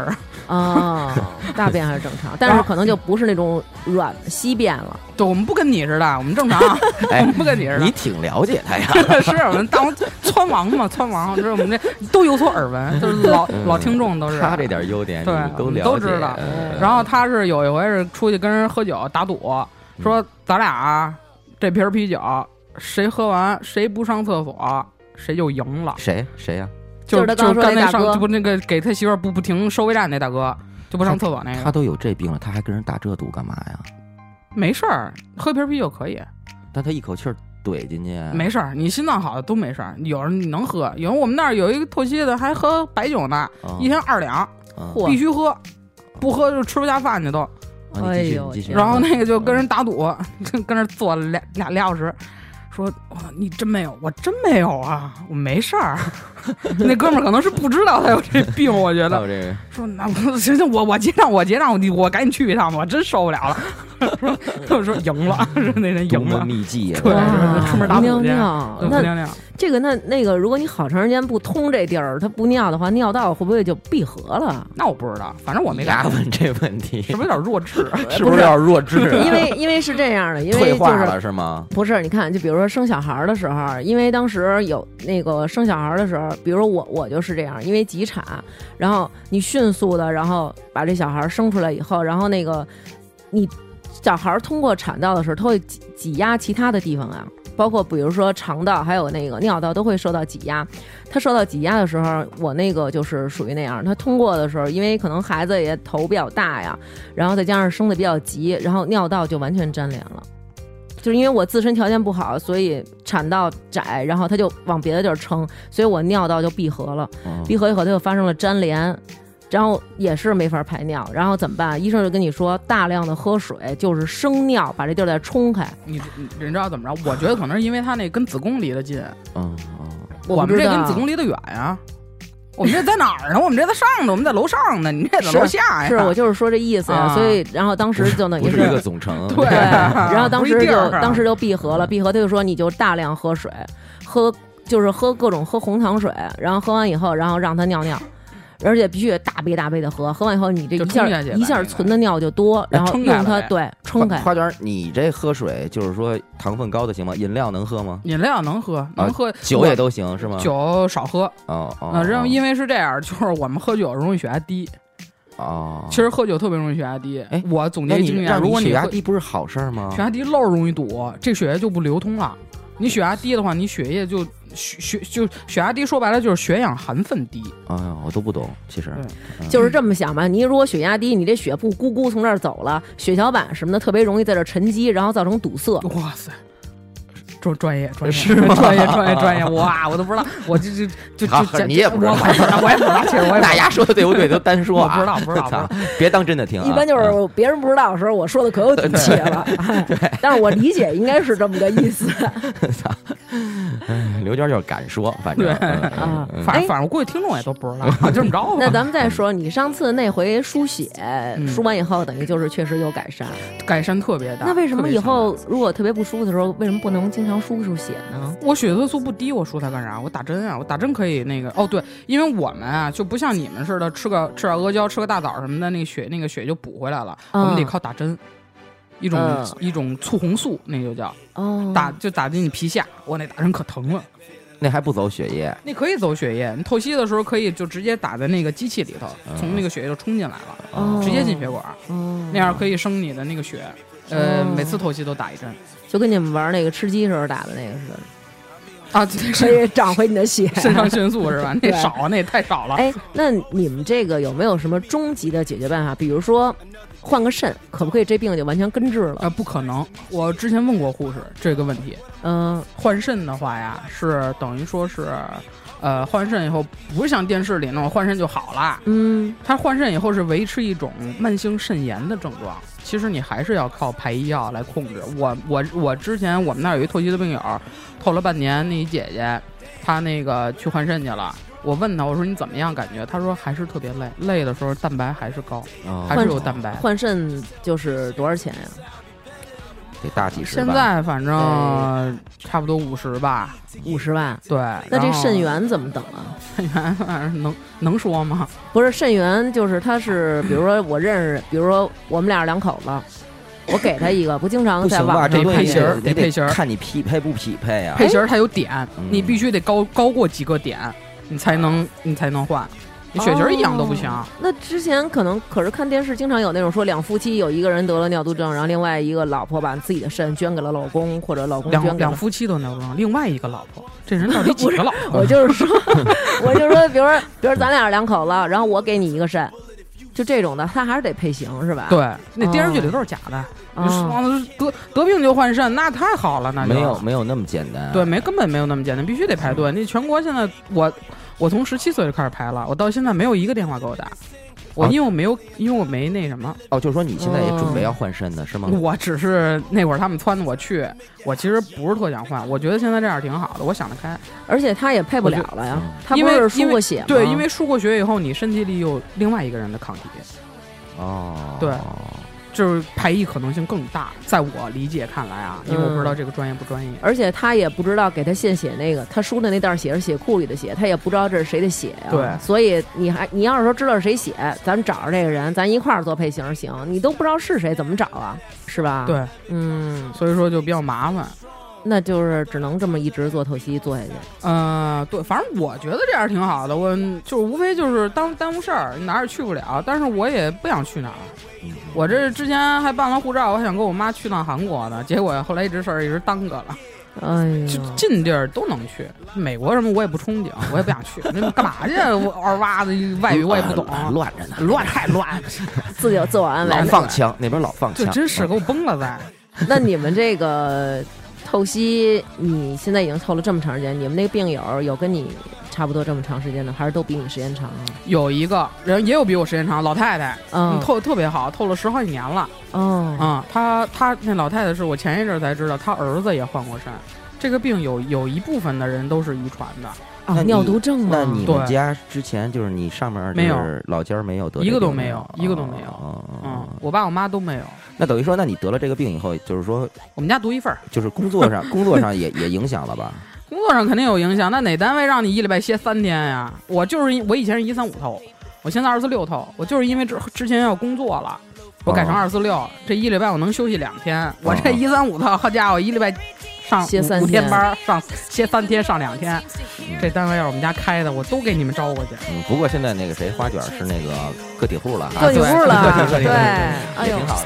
哦，大便还是正常，但是可能就不是那种软稀便了。 对，我们不跟你似的，我们正常，我们不跟你似的。 你挺了解他呀？ 是我们当窜王嘛，窜王，就是我们这都有所耳闻，就是老老听众都是。 他这点优点， 对， 都了解都知道。然后他是有一回是出去跟人喝酒打赌，说咱俩啊这瓶啤酒谁喝完谁不上厕所谁就赢了。 谁谁呀？ 就是他刚刚才上不那个给他媳妇儿不不停收费站那大哥就不上厕所那个。 他都有这病了，他还跟人打这赌干嘛呀？ 没事儿，喝瓶啤酒可以。 但他一口气儿怼进去， 没事儿，你心脏好的都没事儿。有人你能喝，有人我们那儿有一个透析的还喝白酒呢，哦、一天二两，哦、必须喝，不喝就吃不下饭去都。 哦、哎呦！ 然后那个就跟人打赌，嗯、跟那坐了俩俩俩小时。说哇，你真没有？我真没有啊，我没事儿。那哥们儿可能是不知道他有这病，我觉得。 有这个。 说那行行，我我结账，我结账，我我赶紧去一趟吧，我真受不了了。说就说赢了，那人赢了。 秘籍， 对，出门打赌去， 那尿尿。 这个那那个，如果你好长时间不通这地儿，它不尿的话，尿道会不会就闭合了？ 那我不知道，反正我没敢问这问题， 是不是有点弱智？ 是不是有点弱智？ 因为因为是这样的，因为退化了是吗？ 不是，你看，就比如说生小孩的时候，因为当时有那个生小孩的时候，比如说我我就是这样，因为急产，然后你迅速的，然后把这小孩生出来以后，然后那个你小孩通过产道的时候，他会挤挤压其他的地方啊。包括比如说肠道还有那个尿道都会受到挤压，它受到挤压的时候，我那个就是属于那样，它通过的时候，因为可能孩子也头比较大呀，然后再加上生的比较急，然后尿道就完全粘连了。就是因为我自身条件不好，所以产道窄，然后它就往别的地儿撑，所以我尿道就闭合了，闭合以后它就发生了粘连。然后也是没法排尿，然后怎么办？医生就跟你说，大量的喝水，就是生尿，把这地儿再冲开。 你你知道怎么着？我觉得可能是因为他那跟子宫离得近， 嗯， 我们这跟子宫离得远呀。我们这在哪儿呢？我们这在上头，我们在楼上呢，你这在楼下呀。 是我就是说这意思呀、啊。所以，然后当时就等于是一个总成， 对。 然后当时就当时就闭合了，闭合他就说你就大量喝水，喝就是喝各种喝红糖水，然后喝完以后，然后让他尿尿。而且必须得大杯大杯的喝，喝完以后你这一下一下存的尿就多，然后用它对冲开。 花卷，你这喝水就是说糖分高的行吗？饮料能喝吗？ 饮料能喝，能喝， 酒也都行是吗？ 酒少喝哦哦。 呃，然后因为是这样，就是我们喝酒容易血压低。 哦， 其实喝酒特别容易血压低。哎，我总结经验，如果你血压低不是好事吗？ 血压低漏容易堵，这血液就不流通了。你血压低的话，你血液就血血就血压低，说白了就是血氧含分低。 哎呀，我都不懂，其实、 嗯、就是这么想吧。你如果血压低，你这血不咕咕从这儿走了，血小板什么的特别容易在这沉积，然后造成堵塞。 哇塞！专专业专业是吗？ 专业专业专业哇！我都不知道，我就就就就你也不知道， 我也不知道，其实我也大家说的对不对都单说、 啊，我不知道不知道，不知道别当真的听、啊。 一般就是别人不知道的时候，我说的可有底气了。对，但是我理解应该是这么个意思。 刘娟就是敢说，反正对啊，反正反正我估计听众也都不知道，就这么着吧。 那咱们再说，你上次那回输血，输完以后，等于就是确实有改善， 改善特别大。 那为什么以后如果特别不舒服的时候，为什么不能经常输输血呢？ 我血色素不低，我输它干啥？我打针啊，我打针可以那个哦，对，因为我们啊就不像你们似的，吃个吃点阿胶，吃个大枣什么的，那个血那个血就补回来了，嗯、我们得靠打针。一种、嗯、一种促红素，那个就叫哦，打就打进你皮下，我那打针可疼了。 那还不走血液？ 那可以走血液，你透析的时候可以就直接打在那个机器里头，嗯、从那个血液就冲进来了，哦、直接进血管，哦、那样可以生你的那个血。呃，每次透析都打一针， 就跟你们玩那个吃鸡时候打的那个似的。 啊， 可以长回你的血， 肾上腺素是吧？那少，那也太少了。 哎，那你们这个有没有什么终极的解决办法？比如说换个肾，可不可以这病就完全根治了？ 啊、呃，不可能。我之前问过护士这个问题。 嗯、呃， 换肾的话呀，是等于说是，呃，换肾以后不是像电视里那种换肾就好了。 嗯， 它换肾以后是维持一种慢性肾炎的症状。其实你还是要靠排异药来控制。我我我之前我们那儿有一透析的病友，透了半年，那一姐姐，她那个去换肾去了。我问她，我说你怎么样感觉？她说还是特别累，累的时候蛋白还是高，哦、还是有蛋白。 换肾就是多少钱呀、啊？ 得大几十。 现在反正差不多五十吧， 五十万。 对， 那这肾源怎么等啊？ 肾源能能说吗？ 不是肾源，就是他是，比如说我认识，比如说我们俩两口子，我给他一个，不经常在网上这配型儿， 得配型儿， 看你匹配不匹配啊。 配型儿它有点， 嗯、 你必须得高高过几个点，你才能你才能换。你血型一样都不行、哦。 那之前可能可是看电视经常有那种说两夫妻有一个人得了尿毒症，然后另外一个老婆把自己的肾捐给了老公，或者老公捐给了两两夫妻都尿毒症，另外一个老婆，这人到底几个老婆？ 我就是说，我就是说，比如说，比如说咱俩两口子，然后我给你一个肾，就这种的，他还是得配型是吧？ 对，那电视剧里都是假的。 哦、 得得病就换肾，那太好了，那没有没有那么简单。 对，没根本没有那么简单，必须得排队。那全国现在我我从十七岁就开始排了，我到现在没有一个电话给我打。我因为我没有，因为我没那什么。 哦，就是说你现在也准备要换肾的是吗？ 我只是那会儿他们撺掇我去，我其实不是特想换，我觉得现在这样挺好的，我想得开。 而且他也配不了了呀，他不是输过血吗？ 对，因为输过血以后，你身体里有另外一个人的抗体。 哦， 对。就是排异可能性更大，在我理解看来啊，因为我不知道这个专业不专业、嗯， 而且他也不知道给他献血那个，他输的那袋血是血库里的血，他也不知道这是谁的血呀、啊。 对， 所以你还你要是说知道是谁血，咱找着这个人，咱一块儿做配型行，你都不知道是谁，怎么找啊？是吧？ 对， 嗯， 所以说就比较麻烦。 那就是只能这么一直做透析做下去。 呃，对，反正我觉得这样挺好的。我就是无非就是耽耽误事儿，哪儿也去不了。但是我也不想去哪儿。我这之前还办了护照，我想跟我妈去趟韩国的，结果后来一直事儿一直耽搁了。 哎呀， 就近地儿都能去，美国什么我也不憧憬，我也不想去。那干嘛去？我二娃子外语我也不懂， 乱着呢， 乱太乱， 自有自我安慰。 老放枪，那边老放枪， 这真是给我崩了在。 那你们这个透析，你现在已经透了这么长时间，你们那个病友有跟你差不多这么长时间的，还是都比你时间长啊？ 有一个人也有比我时间长，老太太， 嗯， 透特别好，透了十好几年了。 哦， 嗯，她她那老太太是我前一阵才知道，她儿子也患过肾。这个病有有一部分的人都是遗传的。 啊，尿毒症吗？ 那你们家之前就是你上面没有老家没有得一个都没有，一个都没有。嗯，我爸我妈都没有。 那等于说，那你得了这个病以后，就是说我们家独一份， 就是工作上工作上也也影响了吧？ 工作上肯定有影响。那哪单位让你一礼拜歇三天呀？我就是我以前是一三五透，我现在二四六透，我就是因为之之前要工作了，我改成二四六，这一礼拜我能休息两天。我这一三五透，好家伙，一礼拜上歇三五天班，上歇三天上两天。这单位要是我们家开的，我都给你们招过去。 嗯，不过现在那个谁花卷是那个个体户了， 个体户了，对， 哎呦，挺好的。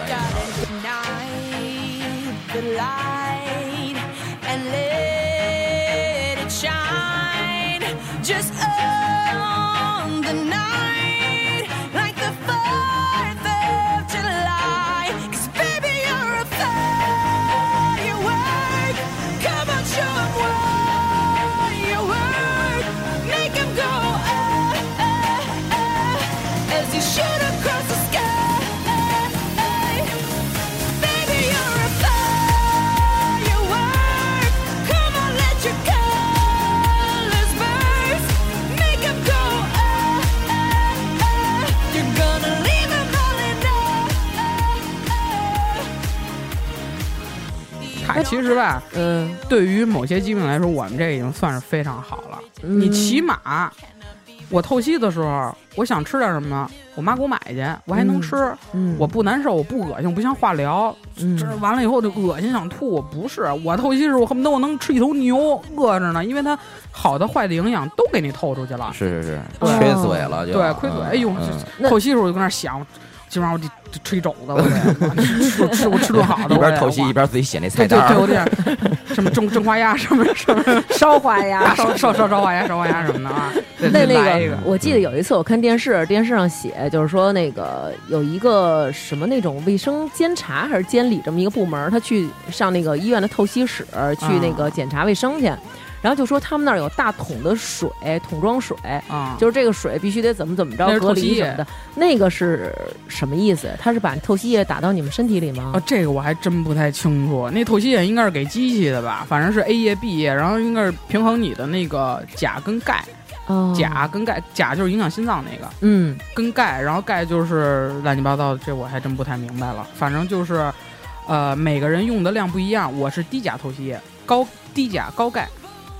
其实吧， 嗯， 对于某些疾病来说，我们这已经算是非常好了。 嗯、 你起码，我透析的时候，我想吃点什么，我妈给我买去，我还能吃， 嗯、 我不难受，我不恶心，不像化疗， 嗯、 这完了以后就恶心想吐。不是，我透析时我恨不得我能吃一头牛，饿着呢，因为它好的坏的营养都给你透出去了。 是是是， 哦、 缺嘴了就对，亏嘴。哎呦， 嗯、 透析时候我就跟那想。今晚我得吃一肘子，我得吃吃我吃顿好的， 一边透析一边自己写那菜单， 对对对，什么蒸蒸花鸭，什么什么烧花鸭， 烧烧烧烧花鸭，烧花鸭什么的啊。 那那个，我记得有一次我看电视，电视上写就是说那个有一个什么那种卫生监察还是监理这么一个部门，他去上那个医院的透析室去那个检查卫生去。然后就说他们那儿有大桶的水，桶装水， 啊， 就是这个水必须得怎么怎么着隔离什么的。那个是什么意思？他是把透析液打到你们身体里吗？ 啊，这个我还真不太清楚。那透析液应该是给机器的吧？反正是 A 液、B 液，然后应该是平衡你的那个钾跟钙。 哦， 钾跟钙，钾就是影响心脏那个， 嗯， 跟钙，然后钙就是乱七八糟的，这我还真不太明白了。反正就是，呃，每个人用的量不一样。我是低钾透析液，高低钾高钙。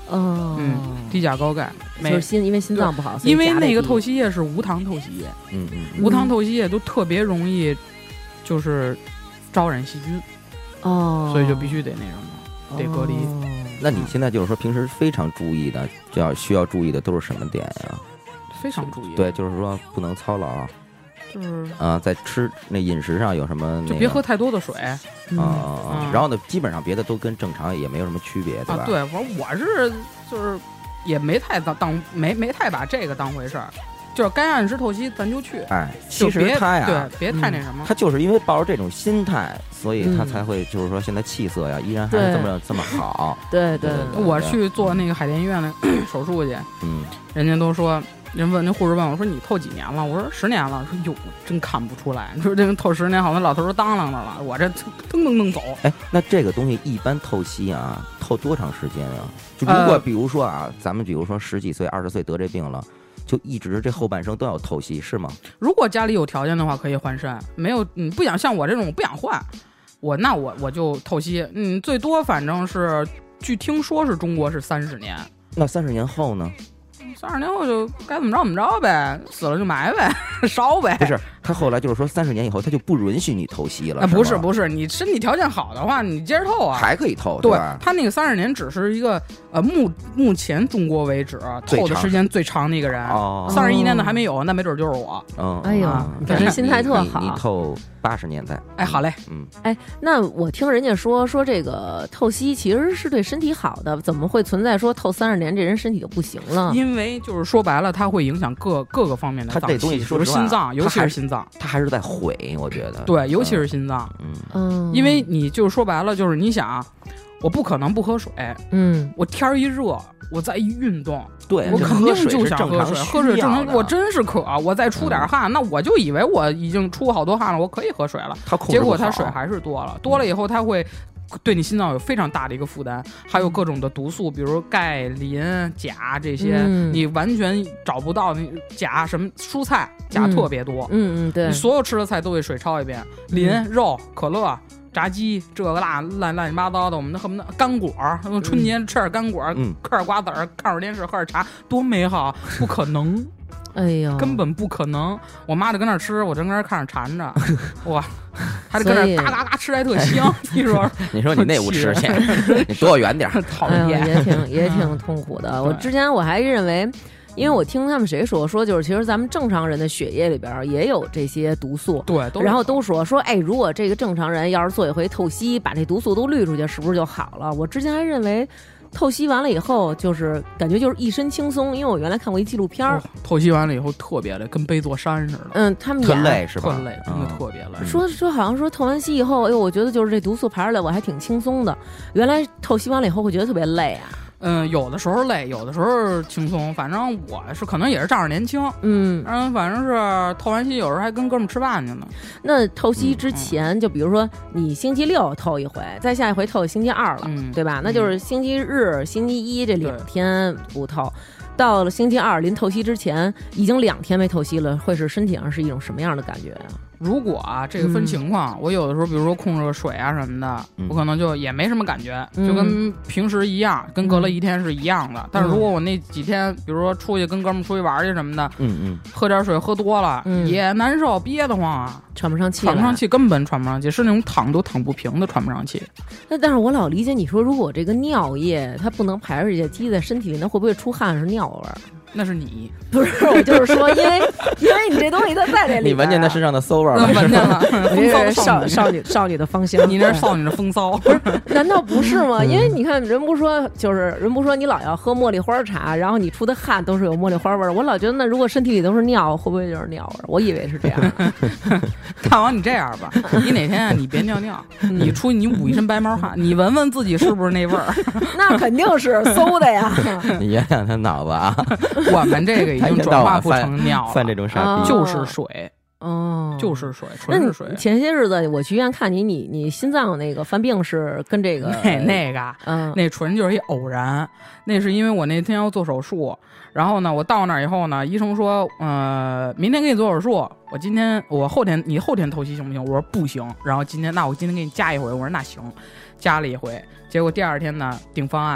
哦， 嗯，低钾高钙， 就是心因为心脏不好， 因为那个透析液是无糖透析液， 嗯嗯， 无糖透析液都特别容易就是招染细菌， 哦， 所以就必须得那什么，得隔离。 哦那你现在就是说平时非常注意的，就要需要注意的都是什么点呀？ 非常注意。 对，就是说不能操劳， 就是啊、呃，在吃那饮食上有什么、那个？ 就别喝太多的水啊、 嗯嗯。然后呢，基本上别的都跟正常也没有什么区别，对吧？ 啊、对，我我是就是也没太当当没没太把这个当回事儿。就是该按时透析咱就去， 哎，其实他呀， 对，别太那什么、 嗯。他就是因为抱着这种心态，所以他才会就是说现在气色呀依然还是这么这么好。 对对， 我去做那个海淀医院的手术去， 嗯， 人家都说，人问那护士问我说你透几年了？我说十年了。说哟，真看不出来。你说这个透十年，好像老头都当啷着了，我这噔噔噔走。 哎，那这个东西一般透析啊，透多长时间啊？就如果比如说啊，呃、咱们比如说十几岁、二十岁得这病了。就一直这后半生都要透析是吗？ 如果家里有条件的话，可以换肾。没有，你不想像我这种不想换，我那我我就透析。嗯，最多反正是据听说是中国是三十年。 那三十年后呢？ 三十年后就该怎么着怎么着呗，死了就埋呗，烧呗。 不是，他后来就是说三十年以后他就不允许你透析了。 啊，不是不是，你身体条件好的话，你接着透啊， 还可以透。 对吧？ 他那个三十年只是一个呃目目前中国为止透的时间最长的一个人。 哦， 三十一年的还没有，那没准就是我。 嗯， 哎呦，你这心态特好。 你透八十年代。 哎，好嘞。 嗯。 哎，那我听人家说说这个透析其实是对身体好的，怎么会存在说透三十年这人身体就不行了？ 因为就是说白了。它会影响各各个方面的脏器， 它这东西比如心脏，尤其是心脏， 它还是在毁，我觉得。 对，尤其是心脏， 嗯， 因为你就是说白了，就是你想，我不可能不喝水， 嗯， 我天一热，我再一运动， 对我肯定就想喝水，喝水正常，我真是渴，我再出点汗， 嗯、 那我就以为我已经出好多汗了，我可以喝水了，结果它水还是多了，多了以后它会。对你心脏有非常大的一个负担，还有各种的毒素，比如钙、磷、钾这些， 嗯、 你完全找不到。那钾什么蔬菜钾特别多， 嗯嗯对， 你所有吃的菜都得水焯一遍。磷、嗯、肉、可乐、炸鸡，这个那乱乱七八糟的，我们的恨不得干果，春节吃点干果， 嗯、 嗑点瓜子儿，看会儿电视，喝点茶，多美好！不可能。 哎呦， 根本不可能！我妈就跟那儿吃，我正跟那儿看着馋着，哇，还得跟那儿嘎嘎嘎吃，还特香。你说， 你说你那屋吃去，你躲我远点儿， 讨厌、 哎，也挺也挺痛苦的。我之前我还认为，因为我听他们谁说说，就是其实咱们正常人的血液里边也有这些毒素， 对， 然后都说说，哎，如果这个正常人要是做一回透析，把这毒素都滤出去，是不是就好了？我之前还认为。透析完了以后，就是感觉就是一身轻松，因为我原来看过一纪录片、哦、 透析完了以后特别累，跟背座山似的。 嗯，他们特累是吧？ 特累，真的特别累。 嗯、说说好像说透完析以后，哎呦，我觉得就是这毒素排出来，我还挺轻松的。原来透析完了以后会觉得特别累啊。 嗯，有的时候累，有的时候轻松，反正我是可能也是仗着年轻， 嗯， 嗯，反正是透完析，有时候还跟哥们吃饭去呢。 那透析之前，嗯、就比如说你星期六透一回，再下一回透星期二了， 嗯、 对吧？那就是星期日、星期一这两天不透。到了星期二临透析之前，已经两天没透析了，会是身体上是一种什么样的感觉呀、啊？ 如果啊，这个分情况，嗯、我有的时候，比如说控制水啊什么的， 嗯、 我可能就也没什么感觉， 嗯、 就跟平时一样，跟隔了一天是一样的。嗯、但是如果我那几天，比如说出去跟哥们出去玩去什么的， 嗯嗯， 喝点水喝多了， 嗯、 也难受，憋得慌啊， 喘不上气， 喘不上气，根本喘不上气，是那种躺都躺不平的，喘不上气。 那但是我老理解你说，如果这个尿液它不能排出去，积在身体里，那会不会出汗是尿味儿？ 那是你， 不是，我就是说，因为因为你这东西它在这里、啊， 你闻见它身上的馊味儿了？闻见了， 我这是少少女少女的芳香， 你那是少女的风骚， 不是？难道不是吗？因为你看，人不说就是人不说你老要喝茉莉花茶，然后你出的汗都是有茉莉花味儿。我老觉得那如果身体里都是尿，会不会就是尿味儿？我以为是这样。 大王，你这样吧，你哪天啊，你别尿尿，你出你捂一身白毛汗，你闻闻自己是不是那味儿？ 那肯定是馊的呀。 你原谅他脑子啊。 我们这个已经转化不成尿了， 犯这种傻逼， 就是水哦， 就是水，纯是水。 前些日子我去医院看你，你你心脏那个犯病是跟这个那那个， 嗯， 那纯就是一偶然。那是因为我那天要做手术，然后呢，我到那儿以后呢，医生说，呃，明天给你做手术，我今天我后天你后天透析行不行？我说不行。然后今天那我今天给你加一回，我说那行，加了一回。结果第二天呢，定方案。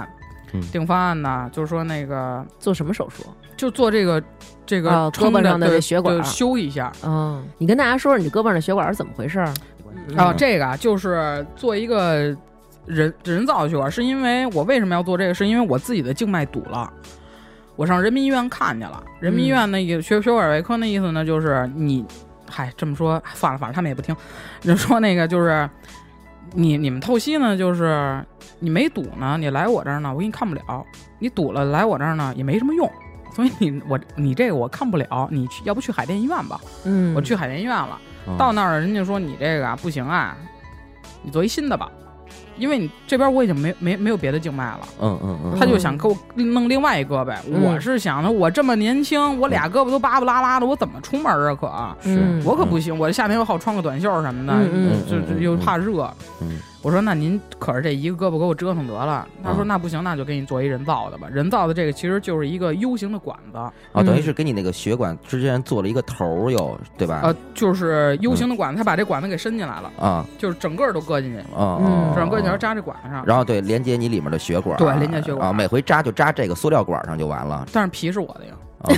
定方案呢，就是说那个做什么手术？ 就做这个这个哦、胳膊上的这血管修一下。 嗯，你跟大家说说你胳膊上的血管是怎么回事？啊、 哦，这个啊，就是做一个人人造血管，是因为我为什么要做这个？是因为我自己的静脉堵了。我上人民医院看去了，人民医院那个血血管外科那意思呢，就是你，嗨，这么说算了，反正他们也不听。人说那个就是你你们透析呢，就是你没堵呢，你来我这儿呢，我给你看不了；你堵了来我这儿呢，也没什么用。所以你我你这个我看不了，你去要不去海淀医院吧？ 嗯， 我去海淀医院了， 嗯、 到那儿人家说你这个啊不行啊，你做一新的吧。因为你这边我已经没没没有别的静脉了， 嗯嗯嗯， 他就想给我弄另外一胳膊。 嗯、 我是想的，我这么年轻，我俩胳膊都巴巴拉拉的，我怎么出门啊？可是我可不行，我夏天又好穿个短袖什么的， 嗯就就又怕热。 嗯， 我说那您可是这一个胳膊给我折腾得了。他说那不行，那就给你做一人造的吧。人造的这个其实就是一个 U 型的管子， 哦，等于是给你那个血管之间做了一个头，又对吧？ 呃，就是 U 型的管子，他把这管子给伸进来了啊， 就是整个都搁进去， 嗯， 整个进去扎这管子上。 然后对，连接你里面的血管， 对，连接血管啊，每回扎就扎这个塑料管上就完了。 但是皮是我的呀， 哦、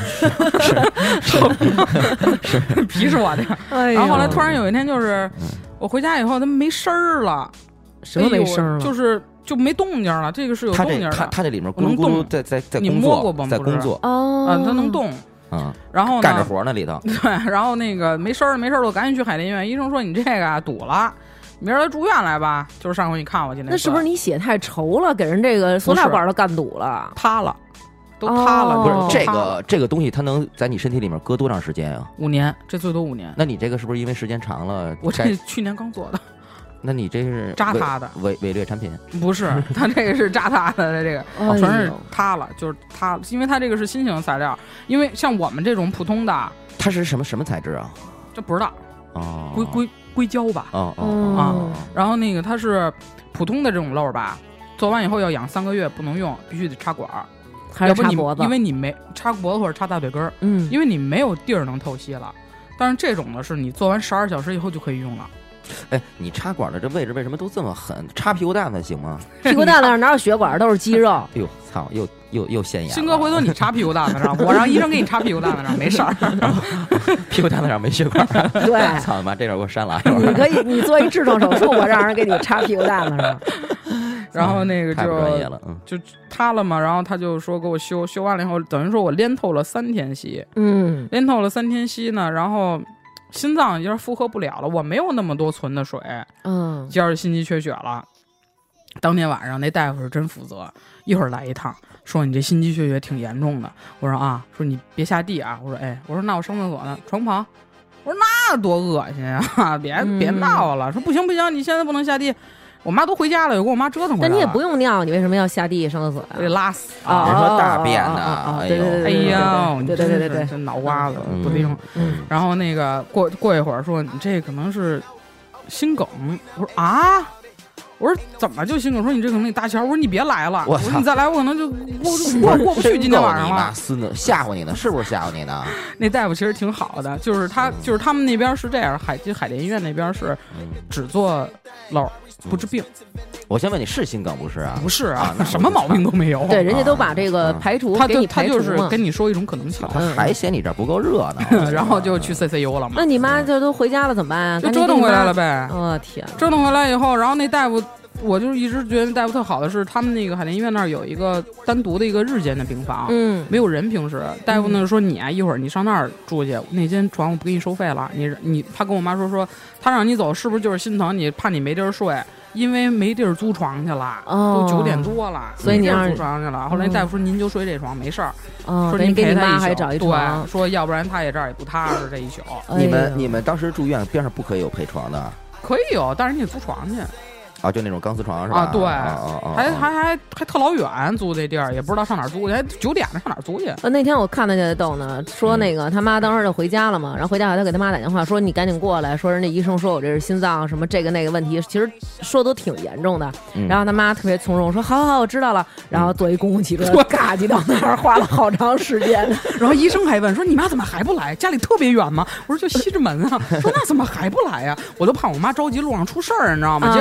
是是是皮是我的呀。 哎、 然后后来突然有一天，就是我回家以后，他没声儿了， 什么没声儿了？ 哎、就是就没动静了。这个是有动静的， 它这里面咕噜咕噜在在在工作， 你摸过吗？ 在工作哦， 啊，它能动。 嗯， 然后呢干着活呢里头。 对，然后那个没声儿没事儿，我赶紧去海淀医院。医生说你这个啊堵了。明儿来住院来吧，就是上回你看我去那。 那是不是你血太稠了，给人这个塑料管都干堵了， 塌了，都塌了？ 哦、 不是这个这个东西，它能在你身体里面搁多长时间啊？ 五年，这最多五年。 那你这个是不是因为时间长了？ 我这去年刚做的。 那你这是扎塌的伪伪劣产品？ 不是，它这个是扎塌的，这个、 哦、 全是塌了，就是塌了，因为它这个是新型材料。因为像我们这种普通的， 它是什么什么材质啊？ 这不知道。 哦， 硅硅硅胶吧， 哦哦哦啊，然后那个它是普通的这种漏吧，做完以后要养三个月不能用，必须得插管儿， 还是插脖子， 因为你没插脖子或者插大腿根儿， 嗯， 因为你没有地儿能透析了。但是这种呢，是你做完十二小时以后就可以用了。 哎，你插管的这位置为什么都这么狠？插屁股蛋子行吗？ 屁股蛋子上哪有血管，都是肌肉。 哎呦，操，又又又现眼了。 鑫哥，回头你插屁股蛋子上，我让医生给你插屁股蛋子上，没事儿。 屁股蛋子上没血管。 对， 操他妈，这段给我删了。 你可以，你做一痔疮手术，我让人给你插屁股蛋子上。 然后那个就太不专业了，嗯， 就塌了嘛。然后他就说给我修，修完了以后，等于说我连透了三天息， 嗯， 连透了三天息呢，然后。心脏已经负荷不了了，我没有那么多存的水， 嗯， 要是心肌缺血了。当天晚上那大夫是真负责，一会儿来一趟，说你这心肌缺血挺严重的。我说啊，说你别下地啊。我说哎，我说那我上厕所呢，床旁。我说那多恶心啊！别别闹了。说不行不行，你现在不能下地。我妈都回家了，有给我妈折腾回来了。 但你也不用尿，你为什么要下地上厕所呀？ 给拉死啊！ 别说大便的， 对对对， 哎呀， 对对对对对， 这脑瓜子嗯不灵。 嗯， 然后那个过过一会儿说你这可能是心梗。我说啊，我说怎么就心梗？说你这可能你搭桥。我说你别来了，我说你再来我可能就过过过不去今天晚上了。 死呢，吓唬你呢，是不是吓唬你呢？ 那大夫其实挺好的，就是他就是他们那边是这样，海就海淀医院那边是只做瘘不治病。 我先问你是心梗不是啊？ 不是啊，什么毛病都没有。 对，人家都把这个排除， 他就他就是跟你说一种可能性。 他还嫌你这不够热闹， 然后就去 C C U 了嘛。 那你妈就都回家了怎么办啊？ 就折腾回来了呗。 我天！ 折腾回来以后，然后那大夫。我就一直觉得大夫特好的是，他们那个海淀医院那儿有一个单独的一个日间的病房， 嗯， 没有人。平时大夫呢说你啊，一会儿你上那儿住去，那间床我不给你收费了。你你，他跟我妈说说，他让你走是不是就是心疼你，怕你没地儿睡，因为没地儿租床去了， 哦、 都九点多了， 所以你让租床去了。后来大夫说您就睡这床没事儿， 哦、 说您给你妈还还找一床， 对，说要不然他也这儿也不踏实这一宿。 你们你们当时住院边上不可以有配床的？ 可以有，但是你得租床去。 啊，就那种钢丝床是吧？ 啊，对， 啊啊、 还还还还特老远租这地儿，也不知道上哪儿租去，还九点呢，上哪儿租去？ 呃，那天我看他就在逗呢，说那个他妈当时就回家了嘛，然后回家他给他妈打电话说你赶紧过来，说人家医生说我这是心脏什么这个那个问题，其实说都挺严重的。 嗯、 然后他妈特别从容说好好好，我知道了。然后坐一公共汽车，嘎叽到那儿，花了好长时间。 然后医生还问说你妈怎么还不来？家里特别远吗？我说就西直门啊。说那怎么还不来呀、啊？我都怕我妈着急路上出事儿，你知道吗？ 啊、 结果我妈说啊，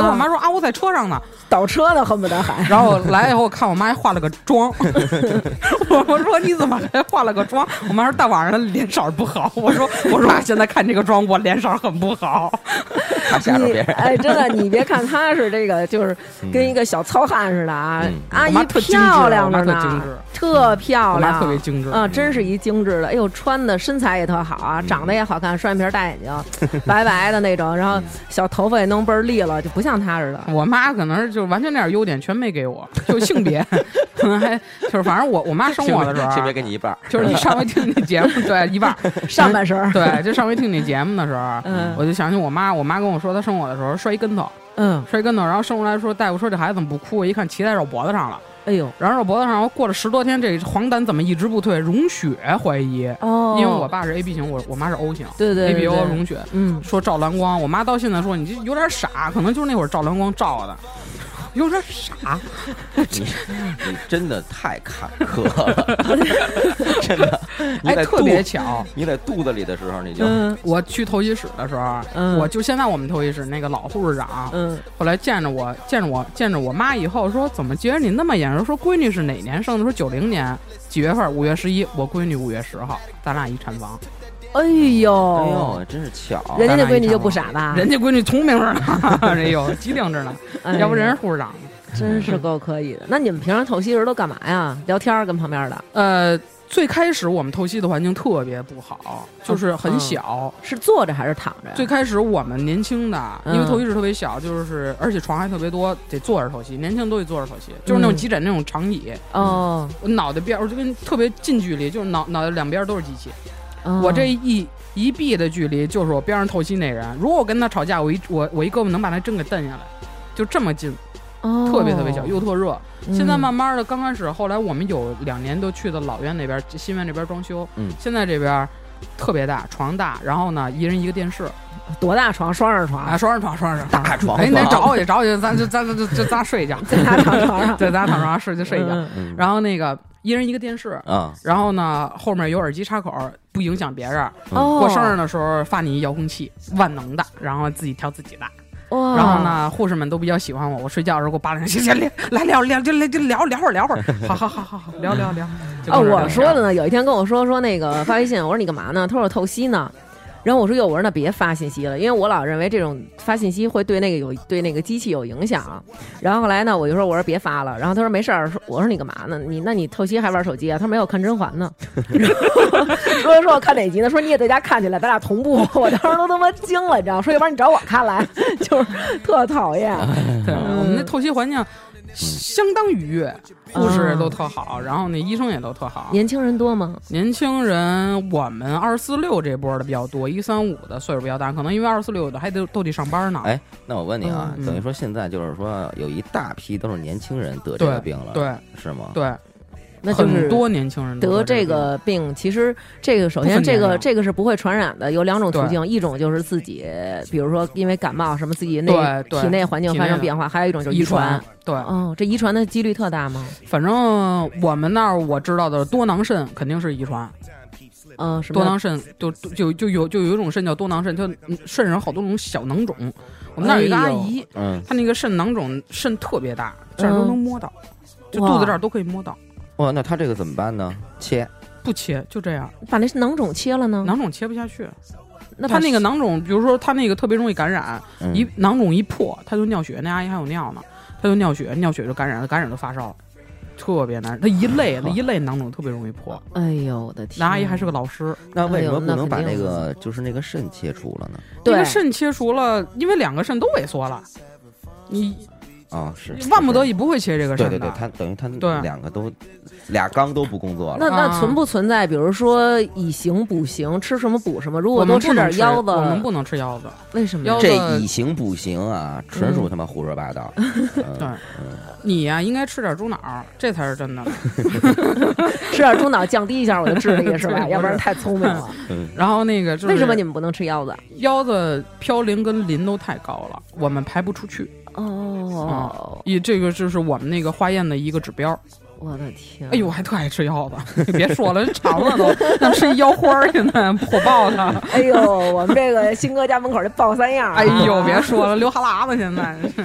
妈我在车上呢， 倒车呢恨不得还。 然后来以后看我妈还化了个妆，我我说你怎么还化了个妆？我妈说大晚上脸色不好。我说我说现在看这个妆我脸色很不好。 他吓着别人。 哎，真的，你别看他是这个，就是跟一个小糙汉似的啊， 嗯、 阿姨漂亮着呢，特漂亮， 特别精致啊、嗯，真是一精致的。哎呦，穿的身材也特好啊，长得也好看，双眼皮大眼睛，白白的那种，然后小头发也弄倍儿利了，就不像他似的。 我妈可能就完全那点优点全没给我，就性别，可能还就是反正我我妈生我的时候， 性别给你一半， 就是你上回听那节目，对一半上半身， 对，就上回听那节目的时候， 嗯， 我就想起我妈，我妈跟我说她生我的时候摔一跟头， 嗯， 摔跟头，然后生出来说大夫说这孩子怎么不哭？我一看脐带绕脖子上了。 哎呦， 然后绕脖子上过了十多天，这黄疸怎么一直不退？溶血怀疑哦， 因为我爸是 A B 型，我我妈是 O 型， 对对 ，A B O 溶血， 嗯， 说照蓝光，我妈到现在说你这有点傻，可能就是那会儿照蓝光照的。有点傻， 你你真的太坎坷了，真的。 哎，特别巧， 你在肚子里的时候你就， 嗯、我去透析室的时候， 嗯、 我就现在我们透析室那个老护士长， 嗯， 后来见着我见着我见着我妈以后说，怎么觉得你那么眼熟？说闺女是哪年生的？说九零年几月份？五月十一，我闺女五月十号，咱俩一产房。 哎呦， 哎呦，真是巧！ 人家那闺女就不傻吧？ 人家闺女聪明着呢，哎呦，机灵着呢， 哎、 要不人是护士长。 真是够可以的。那你们平常透析时都干嘛呀？聊天跟旁边的？ 呃，最开始我们透析的环境特别不好，就是很小， 嗯、是坐着还是躺着？ 最开始我们年轻的，因为透析室特别小，就是而且床还特别多，得坐着透析，年轻都得坐着透析，就是那种急诊那种长椅。 哦、 嗯，我脑袋边我就跟特别近距离，就是脑脑袋两边都是机器。 哦、 我这一一臂的距离就是我边上透析那人，如果我跟他吵架，我一我我一胳膊能把他真给蹬下来，就这么近。 哦、 特别特别小，又特热。 嗯、 现在慢慢的，刚开始，后来我们有两年都去的老院那边，新院这边装修。 嗯， 现在这边特别大，床大，然后呢，一人一个电视。 多大床？双人床啊，双人床，双人床，大床。 哎，你得找我去，找我去，咱就咱就就咱睡一觉， 在咱躺床上， 对，咱躺床上睡就睡一觉。 嗯、 然后那个一人一个电视啊， 然后呢后面有耳机插口，不影响别人。 哦， 过生日的时候发你一遥控器，万能的，然后自己调自己的。 哇然后呢，护士们都比较喜欢我。我睡觉的时候给我扒两下，行行，来聊聊，就来就聊聊会儿，聊会儿，好好好好好，聊聊聊。 哦，我说的呢，有一天跟我说说那个发微信，我说你干嘛呢？他说我透析呢。然后我说哟，我说那别发信息了，因为我老认为这种发信息会对那个有对那个机器有影响。然后后来呢，我就说我说别发了。然后他说没事儿，我说你干嘛呢？你那你透析还玩手机啊？他说没有，看甄嬛呢。说说我看哪集呢？说你也在家看起来，咱俩同步。我当时都他妈惊了，你知道？说要不然你找我看来，就是特讨厌。 对，嗯、我们那透析环境相当愉悦，护士都特好，嗯、然后那医生也都特好。 年轻人多吗？ 年轻人，我们二四六这波的比较多，一三五的岁数比较大，可能因为二四六的还得都得上班呢。 哎，那我问你啊， 嗯、 等于说现在就是说有一大批都是年轻人得这个病了， 对， 是吗？ 对。 那就是很多年轻人得这个病，其实这个首先这个这个是不会传染的，有两种途径，一种就是自己，比如说因为感冒什么自己内体内环境发生变化，还有一种就是遗传。 对， 哦，这遗传的几率特大吗？ 反正我们那儿我知道的多囊肾肯定是遗传。 嗯、呃， 多囊肾就就就有就有一种肾叫多囊肾，就肾上好多种小囊肿。我们那儿有一个阿姨， 嗯、哎， 她那个肾囊肿肾特别大，这儿都能摸到，嗯、就肚子这儿都可以摸到。 哇，那他这个怎么办呢？切？ 不切，就这样。 把那囊肿切了呢？ 囊肿切不下去。 那他那个囊肿，比如说他那个特别容易感染， 嗯、 一囊肿一破，他就尿血。那阿姨还有尿呢，他就尿血，尿血就感染，感染就发烧，特别难。他一类，他一类囊肿特别容易破。 哎呦我的天！ 那阿姨还是个老师， 那为什么不能把那个就是那个肾切除了呢？ 那个肾切除了，因为两个肾都萎缩了，你。 啊、哦，是万不得已不会切这个肾的。 对对对，他等于他两个都俩缸都不工作了。 那那存不存在，比如说以形补形，吃什么补什么？如果多吃点腰子， 我们不能吃腰子， 为什么？ 这以形补形啊，纯属他妈胡说八道。 嗯嗯、对，嗯、你呀、啊、应该吃点猪脑，这才是真的。 吃点猪脑降低一下我的智力是吧？要不然太聪明了。 嗯、 然后那个、就是， 为什么你们不能吃腰子？ 腰子嘌呤跟磷都太高了，我们排不出去。 哦， 以、嗯、这个就是我们那个化验的一个指标。 我的天！ 哎呦，我还特爱吃腰子，你别说了，肠子都像吃腰花现在火爆的。 哎呦，我们这个新哥家门口这爆三样、啊， 哎呦，别说了，流哈喇子现在。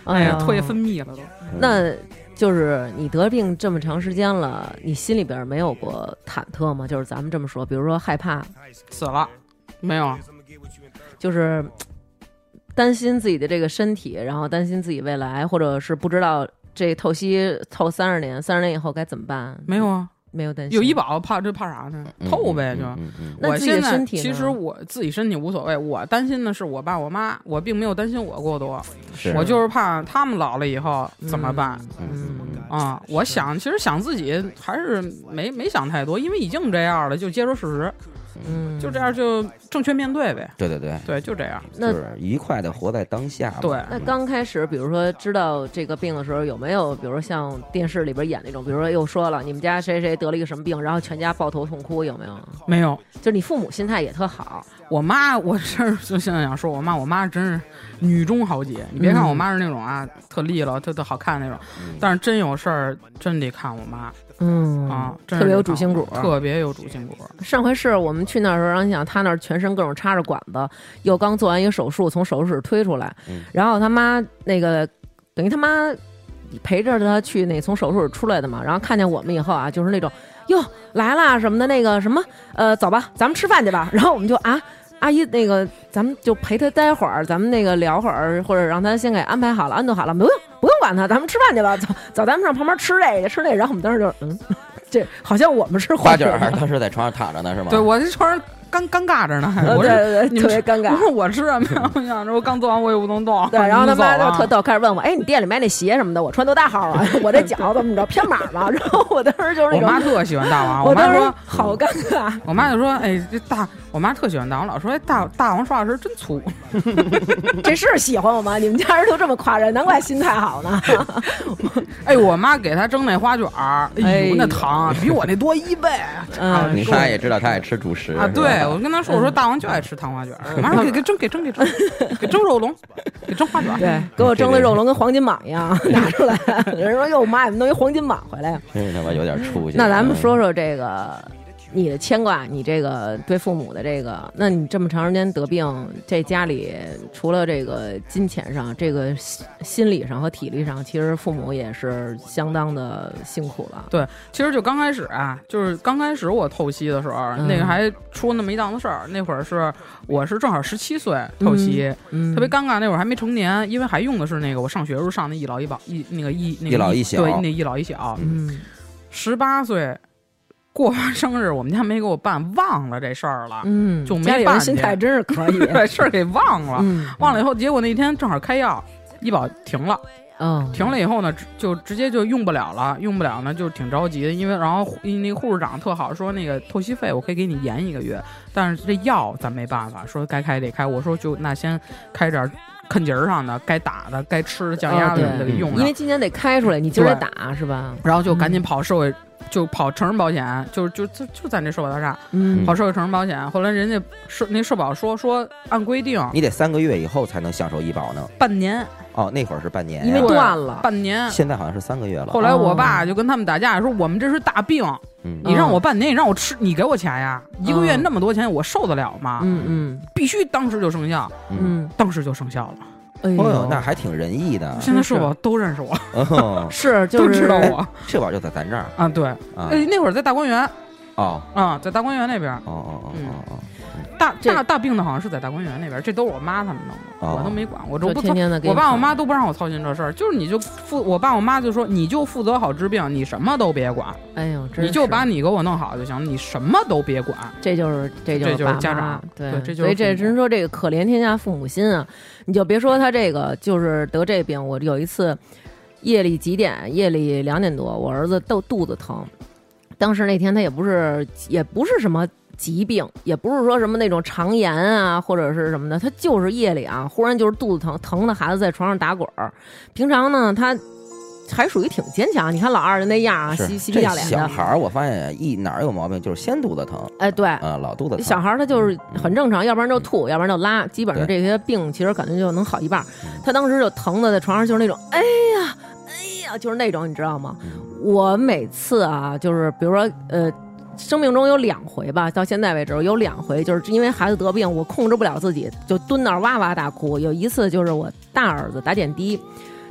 哎呀，唾液分泌了都。 那就是你得病这么长时间了，你心里边没有过忐忑吗？就是咱们这么说，比如说害怕死了，没有， 就是担心自己的这个身体，然后担心自己未来，或者是不知道这透析透三十年，三十年以后该怎么办？ 没有啊。 没有担心， 有医保怕这怕啥呢？透呗就。 嗯嗯嗯、我现在其实我自己身体无所谓，我担心的是我爸我妈，我并没有担心我过多，我就是怕他们老了以后怎么办。 嗯啊、嗯，我想其实想自己还是没没想太多，因为已经这样了，就接受事实。 嗯， 就这样就正确面对呗。 对对对对，就这样， 就是愉快的活在当下。 对。 那刚开始，比如说知道这个病的时候，有没有比如说像电视里边演那种，比如说又说了你们家谁谁得了一个什么病，然后全家抱头痛哭，有没有？ 没有， 就是你父母心态也特好。 我妈，我这就现在想说，我妈，我妈真是女中豪杰。你别看我妈是那种啊，嗯、特利落、特特好看那种， 嗯、 但是真有事儿，真得看我妈。 嗯啊， 特别有主心骨， 特别有主心骨。 上回是我们去那儿的时候，让你想他那儿全身各种插着管子，又刚做完一个手术，从手术室推出来， 嗯、 然后他妈那个等于他妈陪着他去那从手术室出来的嘛，然后看见我们以后啊，就是那种哟来啦什么的，那个什么呃走吧，咱们吃饭去吧，然后我们就啊。阿姨，那个咱们就陪他待会儿，咱们那个聊会儿，或者让他先给安排好了、安顿好了，不用不用管他，咱们吃饭去吧，走走，咱们上旁边吃这个吃那个。然后我们当时就嗯，这好像我们是花卷儿，当时在床上躺着呢，是吗？ 对，我这床上尴尴尬着呢， 我对对对，特别尴尬。 我说我吃什么呀？我想着我刚做完我也不能动。 对，然后他妈就特逗，开始问我，哎，你店里卖那鞋什么的，我穿多大号啊？我这脚怎么着偏码吗？然后我当时就是那种， 我妈特喜欢大王， 我妈说好尴尬。 我妈就说，哎，这大，我妈特喜欢大王，老说，哎，大大王说话时真粗。 这是喜欢我吗？你们家人都这么夸人，难怪心态好呢。 哎，我妈给他蒸那花卷儿，哎呦，那糖比我那多一倍。 嗯， 你妈也知道他爱吃主食啊。对，我跟他说，我说大王就爱吃糖花卷，我妈说给给蒸给蒸给蒸给蒸肉龙，给蒸花卷。 对，给我蒸的肉龙跟黄金蟒一样，拿出来。人说哟妈，怎么弄一黄金蟒回来？ 真是他妈有点出息。 那咱们说说这个。你的牵挂，你这个对父母的这个，那你这么长时间得病，这家里除了这个金钱上，这个心理上和体力上，其实父母也是相当的辛苦了。 对，其实就刚开始啊，就是刚开始我透析的时候，嗯、那个还出那么一档子事儿。那会儿是我是正好十七岁透析、 嗯嗯， 特别尴尬。那会儿还没成年，因为还用的是那个我上学时候上的一老一保一那个一那个一老一小， 对，那一老一小。 嗯， 十八岁。过完生日，我们家没给我办，忘了这事儿了， 嗯， 就没办。家里人心态真是可以， 把事儿给忘了， 嗯， 忘了以后，结果那天正好开药，医保停了， 嗯， 停了以后呢，就直接就用不了了，用不了呢，就挺着急的，因为然后那个护士长特好，说那个透析费我可以给你延一个月，但是这药咱没办法，说该开得开，我说就那先开点。啃节儿上的该打的该吃的降压的什么的给用上、 哦、因为今年得开出来，你今儿得打是吧？ 然后就赶紧跑社会，嗯、就跑成人保险，就就就就在那社保大厦， 嗯， 跑社会成人保险。后来人家社那社保说说按规定， 你得三个月以后才能享受医保呢， 半年。 哦，那会儿是半年、啊， 因为断了半年， 现在好像是三个月了。 后来我爸就跟他们打架，说我们这是大病， 嗯、 你让我半年，你让我吃，你给我钱呀，一个月那么多钱，我受得了吗？ 嗯嗯， 必须当时就生效， 嗯， 当时就生效了。 哎呦， 那还挺仁义的。 现在社保都认识我， 哦、 是就是都知道我。 社保就在咱这儿啊，对， 啊， 那会儿在大观园。 哦， 啊，在大观园那边。 哦哦哦哦哦。 大大大病的好像是在大观园那边，这都是我妈他们弄的， 哦、 我都没管，我这不天天的， 我爸我妈都不让我操心这事儿，就是你就负，我爸我妈就说你就负责好治病，你什么都别管。 哎呦， 你就把你给我弄好就行，你什么都别管。 这就是这就是这就是家长， 对， 对，这就是。 所以这真说这个可怜天下父母心啊！你就别说他这个就是得这病，我有一次夜里几点？夜里两点多，我儿子都肚子疼。当时那天他也不是也不是什么疾病，也不是说什么那种肠炎啊或者是什么的，他就是夜里啊忽然就是肚子疼，疼的孩子在床上打滚儿。平常呢他还属于挺坚强，你看老二的那样啊，嬉嬉皮笑脸的。 小孩儿我发现一哪儿有毛病就是先肚子疼， 哎对， 啊老肚子疼。 小孩他就是很正常，嗯、要不然就吐，要不然就拉，基本上这些病其实感觉就能好一半。他当时就疼的在床上就是那种，哎呀哎呀，就是那种你知道吗？ 嗯、 我每次啊，就是比如说呃。生命中有两回吧，到现在为止有两回，就是因为孩子得病，我控制不了自己，就蹲那儿哇哇大哭。有一次就是我大儿子打点滴，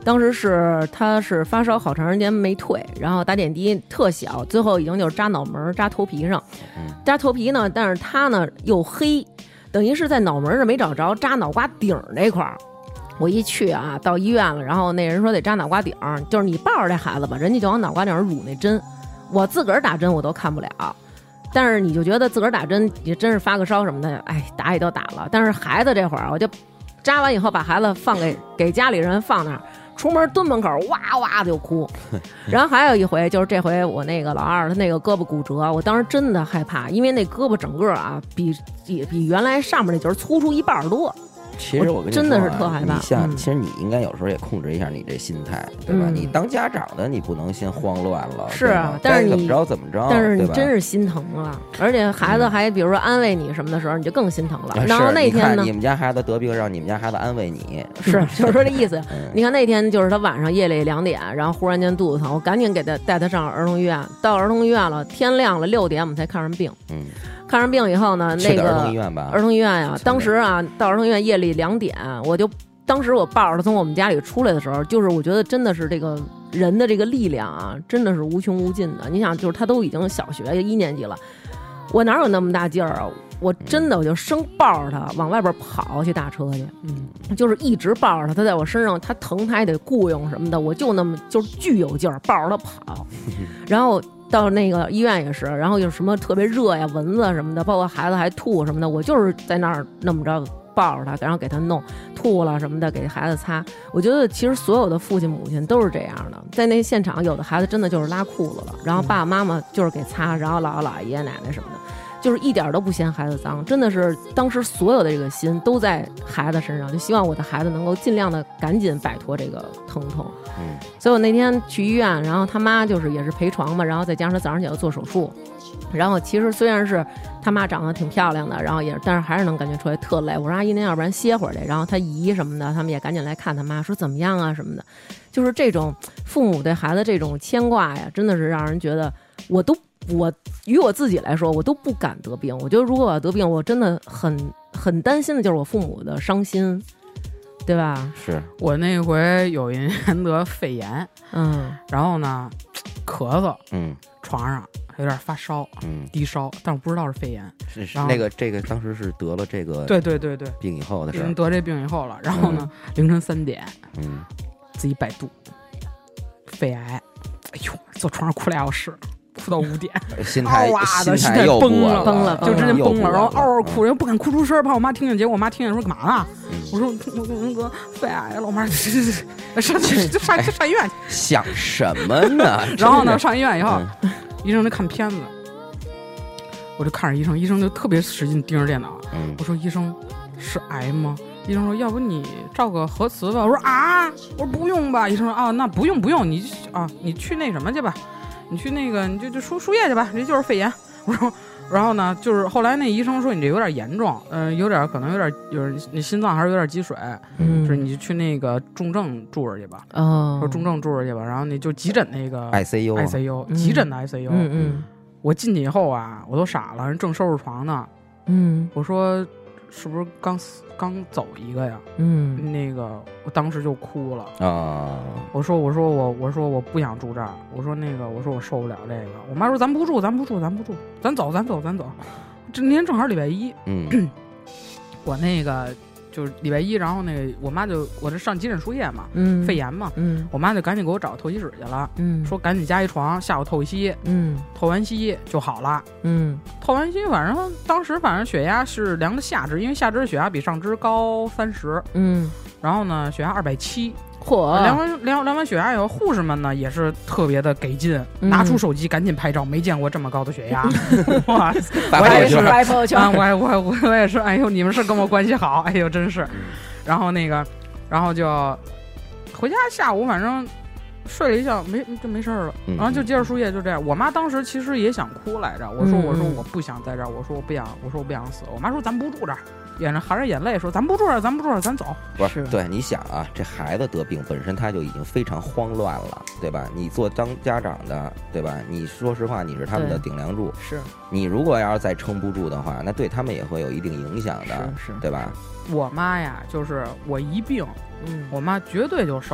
当时是他是发烧好长时间没退，然后打点滴特小，最后已经就是扎脑门扎头皮上，扎头皮呢，但是他呢又黑，等于是在脑门上没找着，扎脑瓜顶那块儿。我一去啊，到医院了，然后那人说得扎脑瓜顶，就是你抱着这孩子吧，人家就往脑瓜顶上乳那针，我自个儿打针我都看不了，但是你就觉得自个儿打针也真是发个烧什么的，哎，打也都打了，但是孩子这会儿我就扎完以后把孩子放给给家里人放那儿，出门蹲门口哇哇就哭。然后还有一回就是这回我那个老二他那个胳膊骨折，我当时真的害怕，因为那胳膊整个啊比比比原来上面那节粗出一半多。 其实我跟你说、啊、 真的是特害怕。 你像、 嗯， 其实你应该有时候也控制一下你这心态，对吧？ 嗯、 你当家长的，你不能先慌乱了。 是啊，但是你怎么着怎么着， 但是你真是心疼了，而且孩子还比如说安慰你什么的时候，你就更心疼了。 嗯、 然后那天呢， 你, 你们家孩子得病，让你们家孩子安慰你， 是就是说这意思。 嗯、 你看那天就是他晚上夜里两点，然后忽然间肚子疼，我赶紧给他带他上儿童医院。到儿童医院了，天亮了六点我们才看上病。 嗯。 看上病以后呢，那个儿童医院吧， 儿童医院呀、啊，当时啊，到儿童医院夜里两点，我就当时我抱着他从我们家里出来的时候，就是我觉得真的是这个人的这个力量啊，真的是无穷无尽的。你想，就是他都已经小学一年级了，我哪有那么大劲儿啊？我真的我就生抱着他往外边跑去打车去，嗯，就是一直抱着他，他在我身上，他疼他还得雇佣什么的，我就那么就是巨有劲儿抱着他跑，然后。到那个医院也是，然后有什么特别热呀、蚊子什么的，包括孩子还吐什么的，我就是在那儿那么着抱着他，然后给他弄吐了什么的，给孩子擦。我觉得其实所有的父亲母亲都是这样的，在那现场有的孩子真的就是拉裤子了，然后爸爸妈妈就是给擦，然后姥姥姥爷爷奶奶什么的，就是一点都不嫌孩子脏，真的是当时所有的这个心都在孩子身上，就希望我的孩子能够尽量的赶紧摆脱这个疼痛。 嗯， 所以我那天去医院，然后他妈就是也是陪床嘛，然后再加上他早上起来做手术，然后其实虽然是他妈长得挺漂亮的，然后也但是还是能感觉出来特累。我说阿姨您要不然歇会儿去，然后他姨什么的他们也赶紧来看他妈，说怎么样啊什么的，就是这种父母对孩子这种牵挂呀，真的是让人觉得我都我于我自己来说我都不敢得病。我觉得如果我要得病，我真的很很担心的就是我父母的伤心。对吧？ 是我那回有一年得肺炎， 嗯， 然后呢，咳嗽， 嗯， 床上有点发烧， 嗯， 低烧，但我不知道是肺炎。 是是那个这个当时是得了这个， 对对对对， 病以后的事儿， 得这病以后了。然后呢，嗯、凌晨三点， 嗯， 自己百度，肺癌，哎呦，坐床上哭俩小时。哭到五点， 心态心态又崩了， 崩了， 就直接崩了，然后嗷嗷哭， 嗯、 又不敢哭出声，怕我妈听见。结果我妈听见说干嘛呢？嗯、我说我那个肺癌了，我妈上上上上医院， 想什么呢？ 然后呢，上医院以后，嗯、医生就看片子，我就看着医生，医生就特别使劲盯着电脑。 嗯、 我说医生是癌吗？医生说要不你照个核磁吧。我说啊，我说不用吧。医生说啊，那不用不用，你啊你去那什么去吧。你去那个，你就就输输液去吧，这就是肺炎。我说，然后呢，就是后来那医生说你这有点严重，嗯、呃，有点可能有点有点你心脏还是有点积水， 嗯， 就是你就去那个重症住着去吧， 哦， 说重症住着去吧，然后你就急诊那个 I C U I C U 急诊的 I C U， 嗯嗯， 我进去以后啊，我都傻了，人正收拾床呢， 嗯， 我说是不是刚刚走一个呀？ 嗯， 那个我当时就哭了啊！ 我说我说我我说我不想住这儿，我说那个我说我受不了这个。我妈说咱不住咱不住咱不住，咱走咱走咱走。这那天正好礼拜一， 嗯， 我那个就是礼拜一，然后那个我妈就我这上急诊输液嘛， 嗯， 肺炎嘛， 嗯， 我妈就赶紧给我找透析室去了， 嗯， 说赶紧加一床，下午透析， 嗯， 透完析就好了， 嗯， 透完析反正当时反正血压是量的下肢，因为下肢血压比上肢高三十， 嗯， 然后呢血压二百七。 嚯！ 量完量量完血压以后，护士们呢也是特别的给劲， 嗯、 拿出手机赶紧拍照，没见过这么高的血压。哇！ 我也是发朋友圈， 啊、我我我我也是，哎呦，你们是跟我关系好，哎呦，真是。然后那个，然后就回家下午反正睡了一觉，没就没事了，然后就接着输液，就这样。我妈当时其实也想哭来着，我说我说我不想在这儿，我说我不想，我说我不想死。我妈说咱不住这儿。眼着含着眼泪说：“咱不住这，咱不住这，咱走。” 不是，对，你想啊，这孩子得病本身他就已经非常慌乱了，对吧？你做当家长的，对吧？你说实话，你是他们的顶梁柱。 是， 你如果要是再撑不住的话，那对他们也会有一定影响的， 是，是对吧？ 我妈呀，就是我一病， 嗯， 我妈绝对就瘦。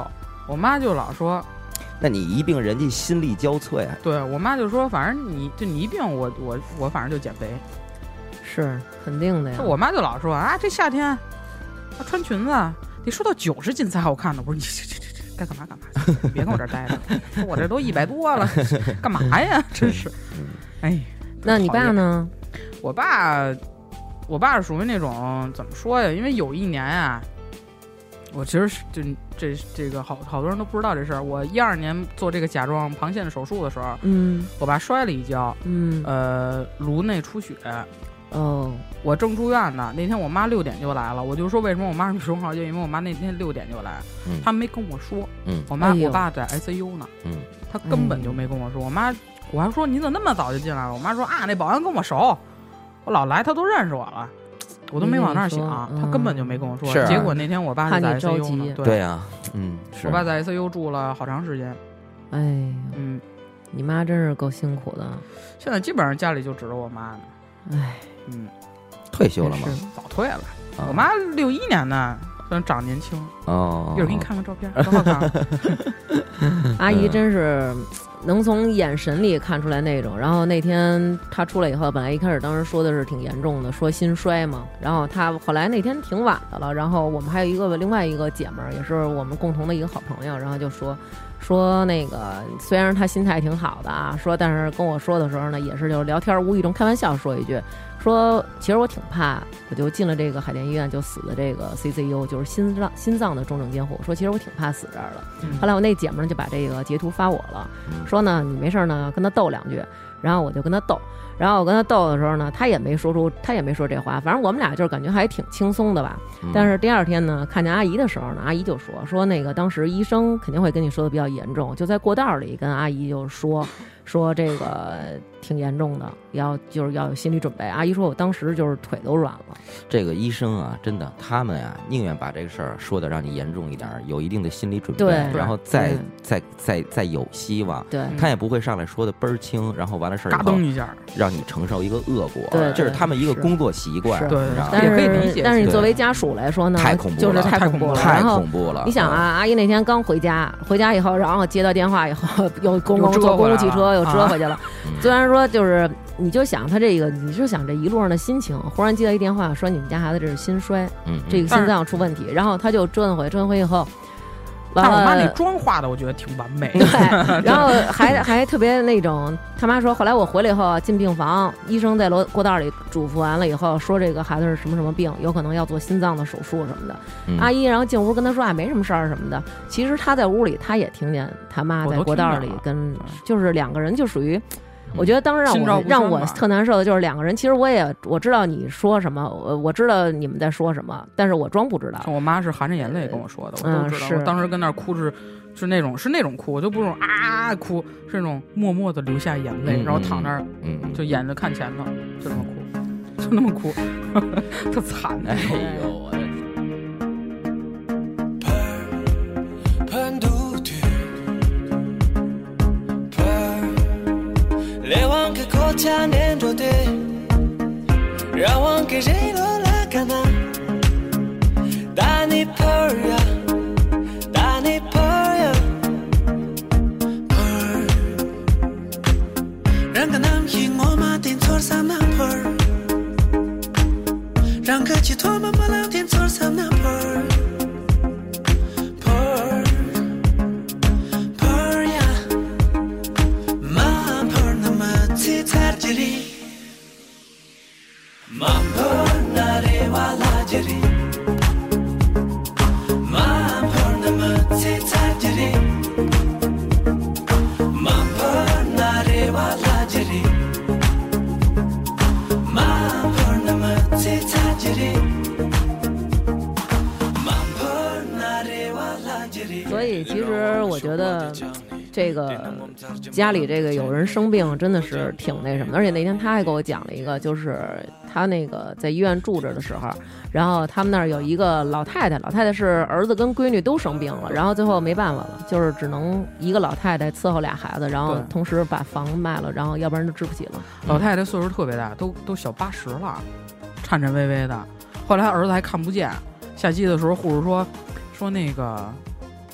我妈就老说， 那你一病人家心力交瘁。 对我妈就说，反正你就你一病，我我我反正就减肥， 是肯定的呀。 我妈就老说啊，这夏天要穿裙子得瘦到九十斤才好看呢。我说你这这这这该干嘛干嘛，你别跟我这儿待着了，我这都一百多了，干嘛呀？真是，哎。 那你爸呢？ 我爸，我爸是属于那种怎么说呀？因为有一年啊，我其实是就这这个好好多人都不知道这事儿。我一二年做这个甲状旁腺手术的时候， 嗯， 我爸摔了一跤， 嗯， 呃，颅内出血。 哦， 我正住院呢，那天我妈六点就来了，我就说为什么我妈是女生号，就因为我妈那天六点就来， 嗯， 她没跟我说， 嗯， 我妈、 哎、 我爸在 I C U 呢， 嗯， 她根本就没跟我说，我妈。我还说你怎么那么早就进来了？我妈说啊，那保安跟我熟，我老来他都认识我了，我都没往那儿想， 嗯、 他根本就没跟我说。 是、啊， 结果那天我爸在 I C U 呢， 对呀、啊，嗯，是我爸在 I C U 住了好长时间。 哎呀， 嗯， 你妈真是够辛苦的。 现在基本上家里就指着我妈呢。 哎， 嗯， 退休了吗？ 早退了。 啊、 我妈六一年的，虽然长年轻。 哦， 一会儿给你看看照片，多好看。 阿姨真是。能从眼神里看出来那种，然后那天他出来以后，本来一开始当时说的是挺严重的，说心衰嘛，然后他后来那天挺晚的了，然后我们还有一个另外一个姐们儿，也是我们共同的一个好朋友，然后就说说那个虽然他心态挺好的啊，说但是跟我说的时候呢，也是就聊天无意中开玩笑说一句，说其实我挺怕，我就进了这个海淀医院就死的这个 C C U， 就是心脏心脏的重症监护，说其实我挺怕死这儿的。 嗯、 后来我那姐们儿就把这个截图发我了，说呢你没事呢跟他斗两句，然后我就跟他斗，然后我跟他斗的时候呢，他也没说出他也没说这话，反正我们俩就是感觉还挺轻松的吧。但是第二天呢，看见阿姨的时候呢，阿姨就说说那个当时医生肯定会跟你说的比较严重，就在过道里跟阿姨就说说这个挺严重的，要就是要有心理准备。阿姨说我当时就是腿都软了。 这个医生啊，真的，他们啊宁愿把这个事儿说的让你严重一点，有一定的心理准备， 对， 然后再再再再有希望。 对， 他也不会上来说的倍儿轻，然后完了事儿嘎噔一下， 让你承受一个恶果。 对， 这是他们一个工作习惯。 对， 但也可以理解。 但是你作为家属来说呢， 太恐怖了，就是太恐怖了， 太恐怖了。 你想啊，阿姨那天刚回家，回家以后，然后接到电话以后，又公共坐公共汽车又折回去了。虽然说就是你就想他这个，你就想这一路上的心情，忽然接到一电话说你们家孩子这是心衰， 嗯， 这个心脏出问题，然后他就折腾回折腾回以后。 但我妈那妆化的我觉得挺完美对，然后还还特别那种，他妈说后来我回来以后进病房，医生在楼过道里嘱咐完了以后说这个孩子是什么什么病，有可能要做心脏的手术什么的。 嗯、 阿姨然后进屋跟他说啊没什么事儿什么的，其实他在屋里他也听见他妈在过道里跟，就是两个人就属于。我觉得当时让我让我特难受的就是两个人，其实我也我知道你说什么，我我知道你们在说什么，但是我装不知道。 我妈是含着眼泪跟我说的，我都知道。 嗯、 我当时跟那儿哭是是那种是那种哭，我就不是那种啊哭，是那种默默的流下眼泪， 嗯、 然后躺那儿， 嗯， 就眼着看前头，就那么哭，就那么哭，特惨。 哎呦我的。 cha nên rồi thế ra wang ke re lo la kana dani parya dani parya par rang nam hi ngo ma tin chor sam na par rang ka chi thor ma ma tin chor sam na par par parya ma par na ma chi Jiri Mambo nare wala jiri Mambo namatse jiri Mambo nare wala jiri Mambo namatse jiri Mambo nare wala jiri 所以其实我觉得这个家里这个有人生病真的是挺那什么的，而且那天他还给我讲了一个，就是他那个在医院住着的时候，然后他们那儿有一个老太太，老太太是儿子跟闺女都生病了，然后最后没办法了，就是只能一个老太太伺候俩孩子，然后同时把房卖了，然后要不然就治不起了。 老太太岁数特别大，都都小八十了，颤颤巍巍的。后来儿子还看不见，下机的时候护士说说那个。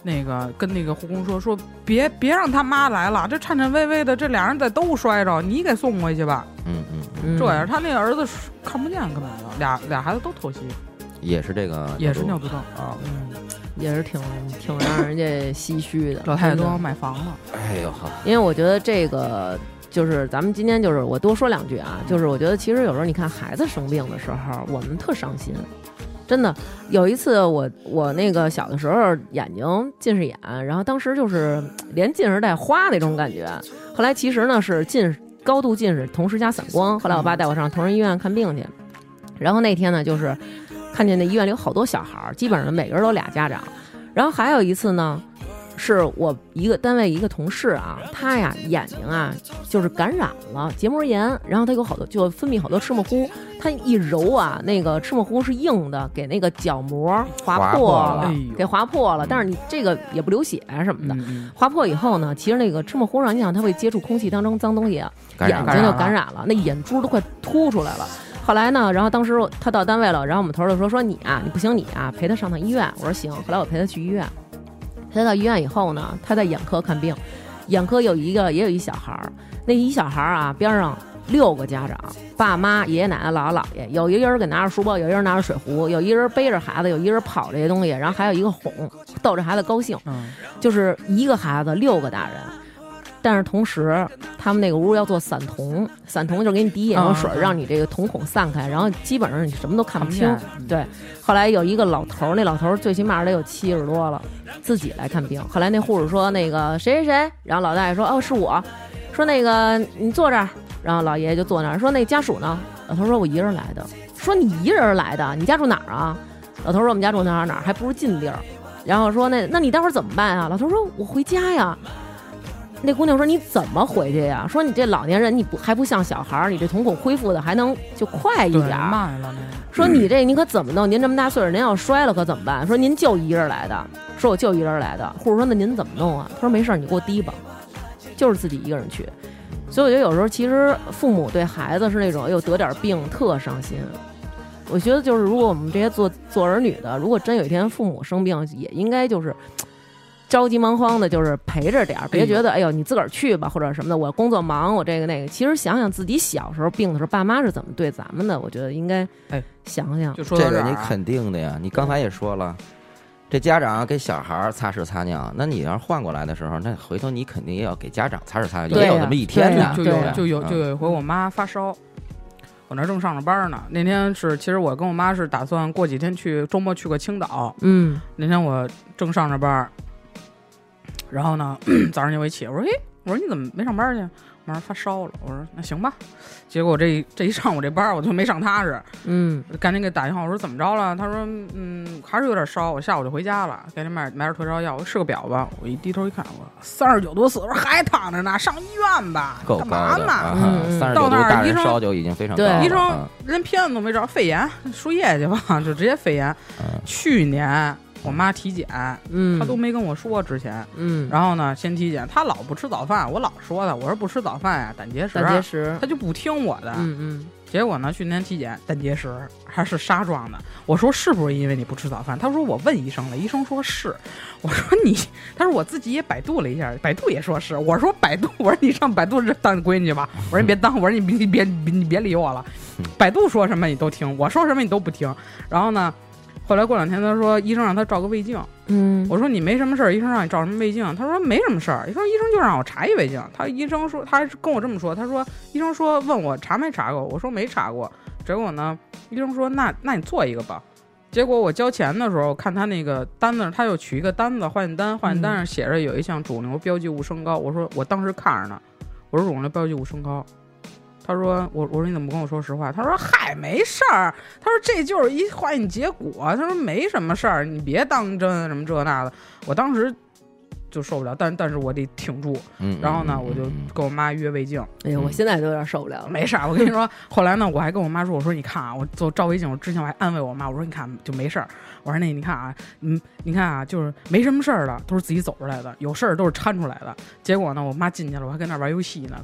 那个跟那个护工说说别别让他妈来了，这颤颤巍巍的，这俩人再都摔着，你给送回去吧。 嗯嗯， 嗯这样他那个儿子看不见，根本就俩俩孩子都透析， 也是这个也是尿毒症啊， 嗯， 也是挺挺让人家唏嘘的。 老太太都要买房了。 哎呦好， 因为我觉得这个就是咱们今天就是我多说两句啊，就是我觉得其实有时候你看孩子生病的时候，我们特伤心。真的有一次我我那个小的时候眼睛近视眼，然后当时就是连近视带花那种感觉，后来其实呢是近视高度近视同时加散光，后来我爸带我上同仁医院看病去，然后那天呢就是看见那医院里有好多小孩，基本上每个人都俩家长，然后还有一次呢是我一个单位一个同事啊，他呀眼睛啊就是感染了结膜炎，然后他有好多就分泌好多赤沫糊，他一揉啊，那个赤沫糊是硬的，给那个角膜划破了， 哎、 给划破了。但是你这个也不流血什么的， 嗯、 划破以后呢，其实那个赤沫糊上，你想它会接触空气当中脏东西啊，眼睛就感染了，那眼珠都快凸出来了。后来呢，然后当时他到单位了，然后我们头儿就说说你啊，你不行你啊，陪他上趟医院。我说行。后来我陪他去医院。他到医院以后呢，他在眼科看病，眼科有一个也有一小孩儿，那一小孩儿啊边上六个家长，爸妈、爷爷奶奶、姥姥姥爷，有一个人给拿着书包，有一个人拿着水壶，有一个人背着孩子，有一个人跑这些东西，然后还有一个哄，逗着孩子高兴， 嗯， 就是一个孩子六个大人。但是同时他们那个屋要做散瞳，散瞳就是给你滴眼药水，让你这个瞳孔散开，然后基本上你什么都看不清。对，后来有一个老头，那老头最起码得有七十多了，自己来看病。后来那护士说那个谁谁谁，然后老大爷说哦是我，说那个你坐这儿，然后老爷爷就坐那儿，说那家属呢？老头说我一人来的。说你一人来的，你家住哪儿啊？老头说我们家住哪儿哪儿，还不如近地儿。然后说那那你待会儿怎么办啊？老头说我回家呀。那姑娘说你怎么回去呀？说你这老年人你不还不像小孩，你这瞳孔恢复的还能就快一点， 慢了呢。 说你这你可怎么弄？您这么大岁数，您要摔了可怎么办？说您就一人来的，说我就一人来的。护士说那您怎么弄啊？他说没事，你给我提吧，就是自己一个人去。所以我觉得有时候其实父母对孩子是那种又得点病特伤心。我觉得就是如果我们这些做做儿女的，如果真有一天父母生病，也应该就是着急忙慌的，就是陪着点儿，别觉得哎呦你自个儿去吧或者什么的，我工作忙，我这个那个。其实想想自己小时候病的时候，爸妈是怎么对咱们的，我觉得应该哎想想。 就说这个你肯定的呀，你刚才也说了，这家长给小孩擦屎擦尿，那你要是换过来的时候，那回头你肯定也要给家长擦屎擦尿，也有这么一天的。 就有就有就有一回我妈发烧。我那正上着班呢，那天是其实我跟我妈是打算过几天去周末去个青岛。 嗯， 那天我正上着班，然后呢早上就我一起，我说嘿，我说你怎么没上班去？我妈说发烧了。我说那行吧。结果这这一上午这班我就没上踏实， 嗯， 赶紧给打电话，我说怎么着了？他说嗯还是有点烧，我下午就回家了，赶紧买买点退烧药。我说试个表吧，我一低头一看，我三十九度四，我说还躺着呢，上医院吧， 够干嘛呢？ 三十九度大人烧就已经非常高了。 医生连片子都没找，肺炎输液去吧，就直接肺炎。 嗯、 去年我妈体检， 嗯， 她都没跟我说之前， 嗯， 然后呢，先体检，她老不吃早饭，我老说她，我说不吃早饭呀，胆结石， 胆结石， 她就不听我的， 嗯嗯， 结果呢，去年体检胆结石还是纱状的，我说是不是因为你不吃早饭？她说我问医生了，医生说是，我说你，她说我自己也百度了一下，百度也说是，我说百度，我说你上百度当闺女吧，我说你别当，我说你别你别你别理我了，百度说什么你都听，我说什么你都不听，然后呢。后来过两天，他说医生让他照个胃镜， 嗯， 我说你没什么事儿，医生让你照什么胃镜？他说没什么事儿，医生医生就让我查一胃镜。他医生说，他还跟我这么说，他说医生说问我查没查过，我说没查过。结果呢，医生说那那你做一个吧。结果我交钱的时候看他那个单子，他又取一个单子化验单，化验单上写着有一项肿瘤标记物升高。我说我当时看着呢，我说肿瘤标记物升高。他说我我说你怎么不跟我说实话？他说嗨没事儿，他说这就是一化验结果，他说没什么事儿，你别当真什么这那的。我当时就受不了，但但是我得挺住。 嗯， 然后呢，我就跟我妈约胃镜。 哎呀，我现在都有点受不了了。 没事儿，我跟你说，后来呢，我还跟我妈说，我说你看啊，我做照胃镜，我之前我还安慰我妈，我说你看就没事儿。我说那你看啊，嗯，你看啊，就是没什么事儿的，都是自己走出来的，有事儿都是掺出来的。结果呢，我妈进去了，我还跟那玩游戏呢，刚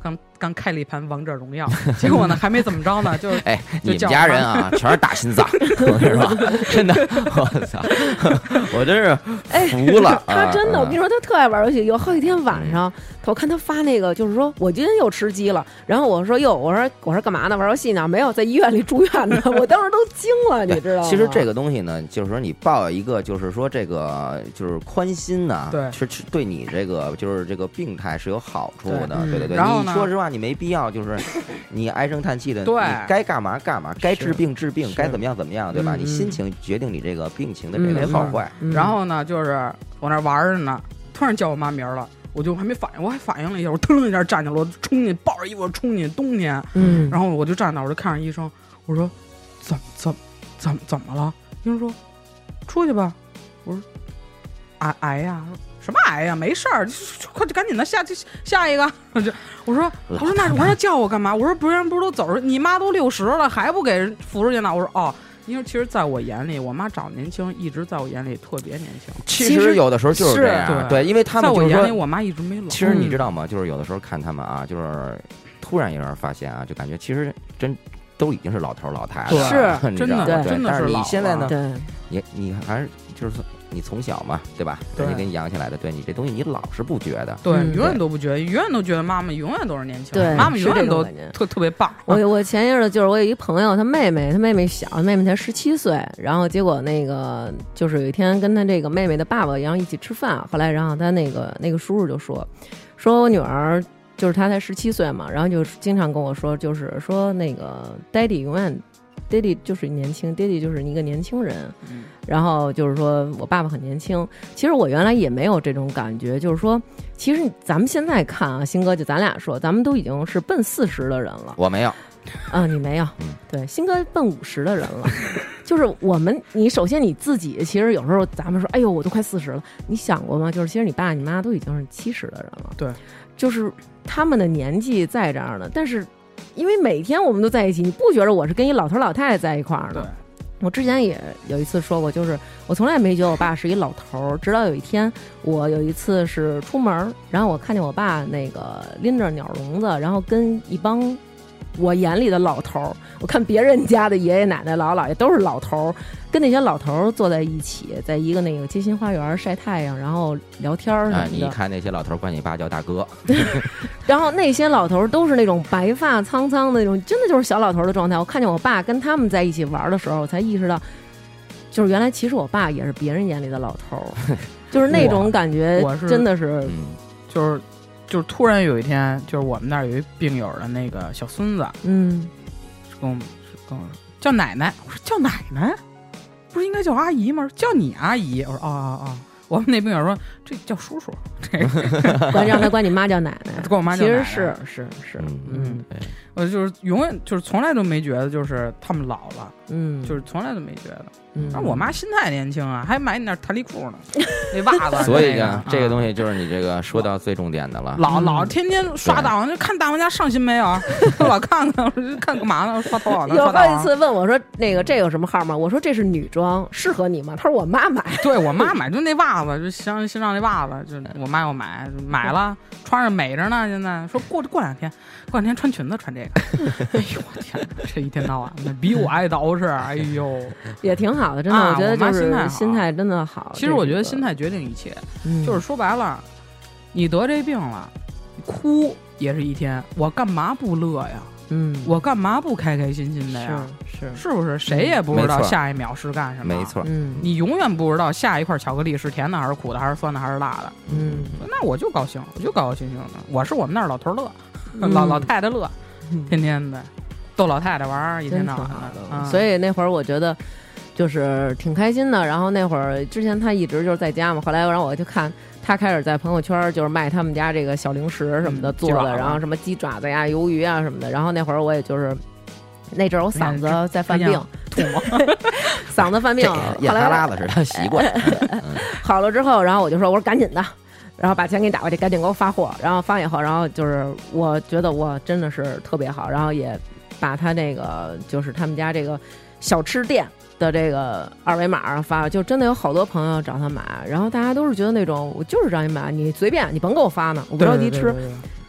刚开了一盘王者荣耀，结果呢还没怎么着呢，就哎，你们家人啊，全是大心脏，我跟你说，真的，我操，我真是服了。 他真的， 啊我跟你说，他特爱玩游戏。有好几天晚上，我看他发那个，就是说我今天又吃鸡了。然后我说哟，我说我说干嘛呢？玩游戏呢？没有，在医院里住院呢。我当时都惊了，你知道吗？ 其实这个东西呢，就是说你抱一个，就是说这个就是宽心呐、 对是是对你这个就是这个病态是有好处的， 对对对对。 然后呢你说实话，你没必要就是你唉声叹气的， 对你该干嘛干嘛，该治是病治病， 是该怎么样怎么样，对吧？ 嗯你心情决定你这个病情的这个好坏。 嗯然后呢，就是我那玩着呢，突然叫我妈名儿了，我就还没反应，我还反应了一下，我腾一下站起来，我冲进抱着衣服冲进冬天， 嗯， 然后我就站那，我就看着医生，我说怎怎怎怎么了？医生说出去吧。我说癌癌呀？什么癌呀？没事儿，快赶紧的下下一个。我就我说我说那我说那叫我干嘛？我说别人不是都走着，你妈都六十了还不给人扶出去呢？我说哦。因为其实在我眼里，我妈长得年轻，一直在我眼里特别年轻。 其实有的时候就是这样， 是对，因为他们就是说在我眼里，我妈一直没老。 其实你知道吗？就是有的时候看他们啊，就是突然有人发现啊，就感觉其实真都已经是老头老太太了， 是你知道吗？ 真的对真的但是你是老了现在呢， 对， 你你还是就是你从小嘛，对吧？ 对人家给你养起来的，对你这东西你老是不觉得。 对， 嗯永远都不觉得，永远都觉得妈妈永远都是年轻， 对妈妈是永远都这种感觉特特别棒。 我我前一阵儿就是我有一朋友，他妹妹，他妹妹小，他妹妹才十七岁，然后结果那个就是有一天跟他这个妹妹的爸爸然后一起吃饭，后来然后他那个那个叔叔就说，说我女儿就是她才十七岁嘛，然后就经常跟我说，就是说那个 daddy 永远 daddy 就是年轻 daddy 就是一个年轻人， 嗯然后就是说我爸爸很年轻，其实我原来也没有这种感觉，就是说，其实咱们现在看啊，新哥就咱俩说，咱们都已经是奔四十的人了我没有， 啊，你没有，对，新哥奔五十的人了，就是我们，你首先你自己，其实有时候咱们说，哎呦，我都快四十了，你想过吗？就是其实你爸你妈都已经是七十的人了， 对， 就是他们的年纪在这儿呢，但是因为每天我们都在一起，你不觉得我是跟一老头老太太在一块儿呢？我之前也有一次说过，就是我从来没觉得我爸是一老头儿，直到有一天，我有一次是出门，然后我看见我爸那个拎着鸟笼子，然后跟一帮我眼里的老头儿，我看别人家的爷爷奶奶、姥姥姥爷都是老头儿，跟那些老头儿坐在一起，在一个那个街心花园晒太阳，然后聊天什么的。 啊，你一看那些老头管你爸叫大哥， 然后那些老头儿都是那种白发苍苍的那种，真的就是小老头儿的状态。我看见我爸跟他们在一起玩的时候，我才意识到，就是原来其实我爸也是别人眼里的老头儿，就是那种感觉我是真的是， 嗯， 就是就是突然有一天，就是我们那儿有一病友的那个小孙子， 嗯， 是跟我们是跟我说叫奶奶，我说叫奶奶，不是应该叫阿姨吗？叫你阿姨，我说啊啊啊！我们那病友说这叫叔叔，这个管让他管你妈叫奶奶， 管我妈叫其奶奶实是是是， 嗯嗯对， 我就是永远就是从来都没觉得就是他们老了， 嗯， 就是从来都没觉得。 嗯， 但我妈心态年轻啊，还买你那弹力裤呢，那袜子。 所以那个呢，这个东西。 西就是你这个说到最重点的了。 老嗯老天天刷大王，就看大王家上新没有？老看看，我说看干嘛呢？刷淘宝呢？ 有刷大王。 好几次问我说那个这有什么号吗？我说这是女装，适合你吗？他说我妈买， 对我妈买就那袜子，就新新上那袜子，就我妈要买，买了穿着美着呢。现在说过过两天，过两天穿裙子穿这个。哎呦我天，这一天到晚的比我爱捯饬。哎呦， 也挺好的，真的， 啊我觉得就是我妈心态好心态真的好。 其实我觉得这个心态决定一切， 嗯就是说白了，你得这病了，哭也是一天，我干嘛不乐呀？ 嗯， 我干嘛不开开心心的呀？ 是是， 是不是？谁也不知道没错下一秒是干什么。 没错， 嗯， 你永远不知道下一块巧克力是甜的还是苦的还是酸的还是辣的。 嗯， 那我就高兴，我就高高兴兴的。我是我们那儿老头乐， 嗯老老太太乐， 嗯天天的逗老太太玩儿，一天真挺到晚好的。 啊、 所以那会儿我觉得就是挺开心的。然后那会儿之前他一直就是在家嘛，后来然后我就看他开始在朋友圈就是卖他们家这个小零食什么的嗯做的， 鸡爪子然后什么鸡爪子呀、鱿鱼啊什么的。然后那会儿我也就是那阵儿我嗓子在犯病， 吐沫， 嗓子犯病， 咽后来哈喇子是他习惯。 好了之后，然后我就说我说赶紧的。然后把钱给你打过去，赶紧给我发货。然后发以后，然后就是我觉得我真的是特别好，然后也把他那个就是他们家这个小吃店的这个二维码发，就真的有好多朋友找他买，然后大家都是觉得那种我就是让你买，你随便你甭给我发呢，我不着急吃。 对对对对对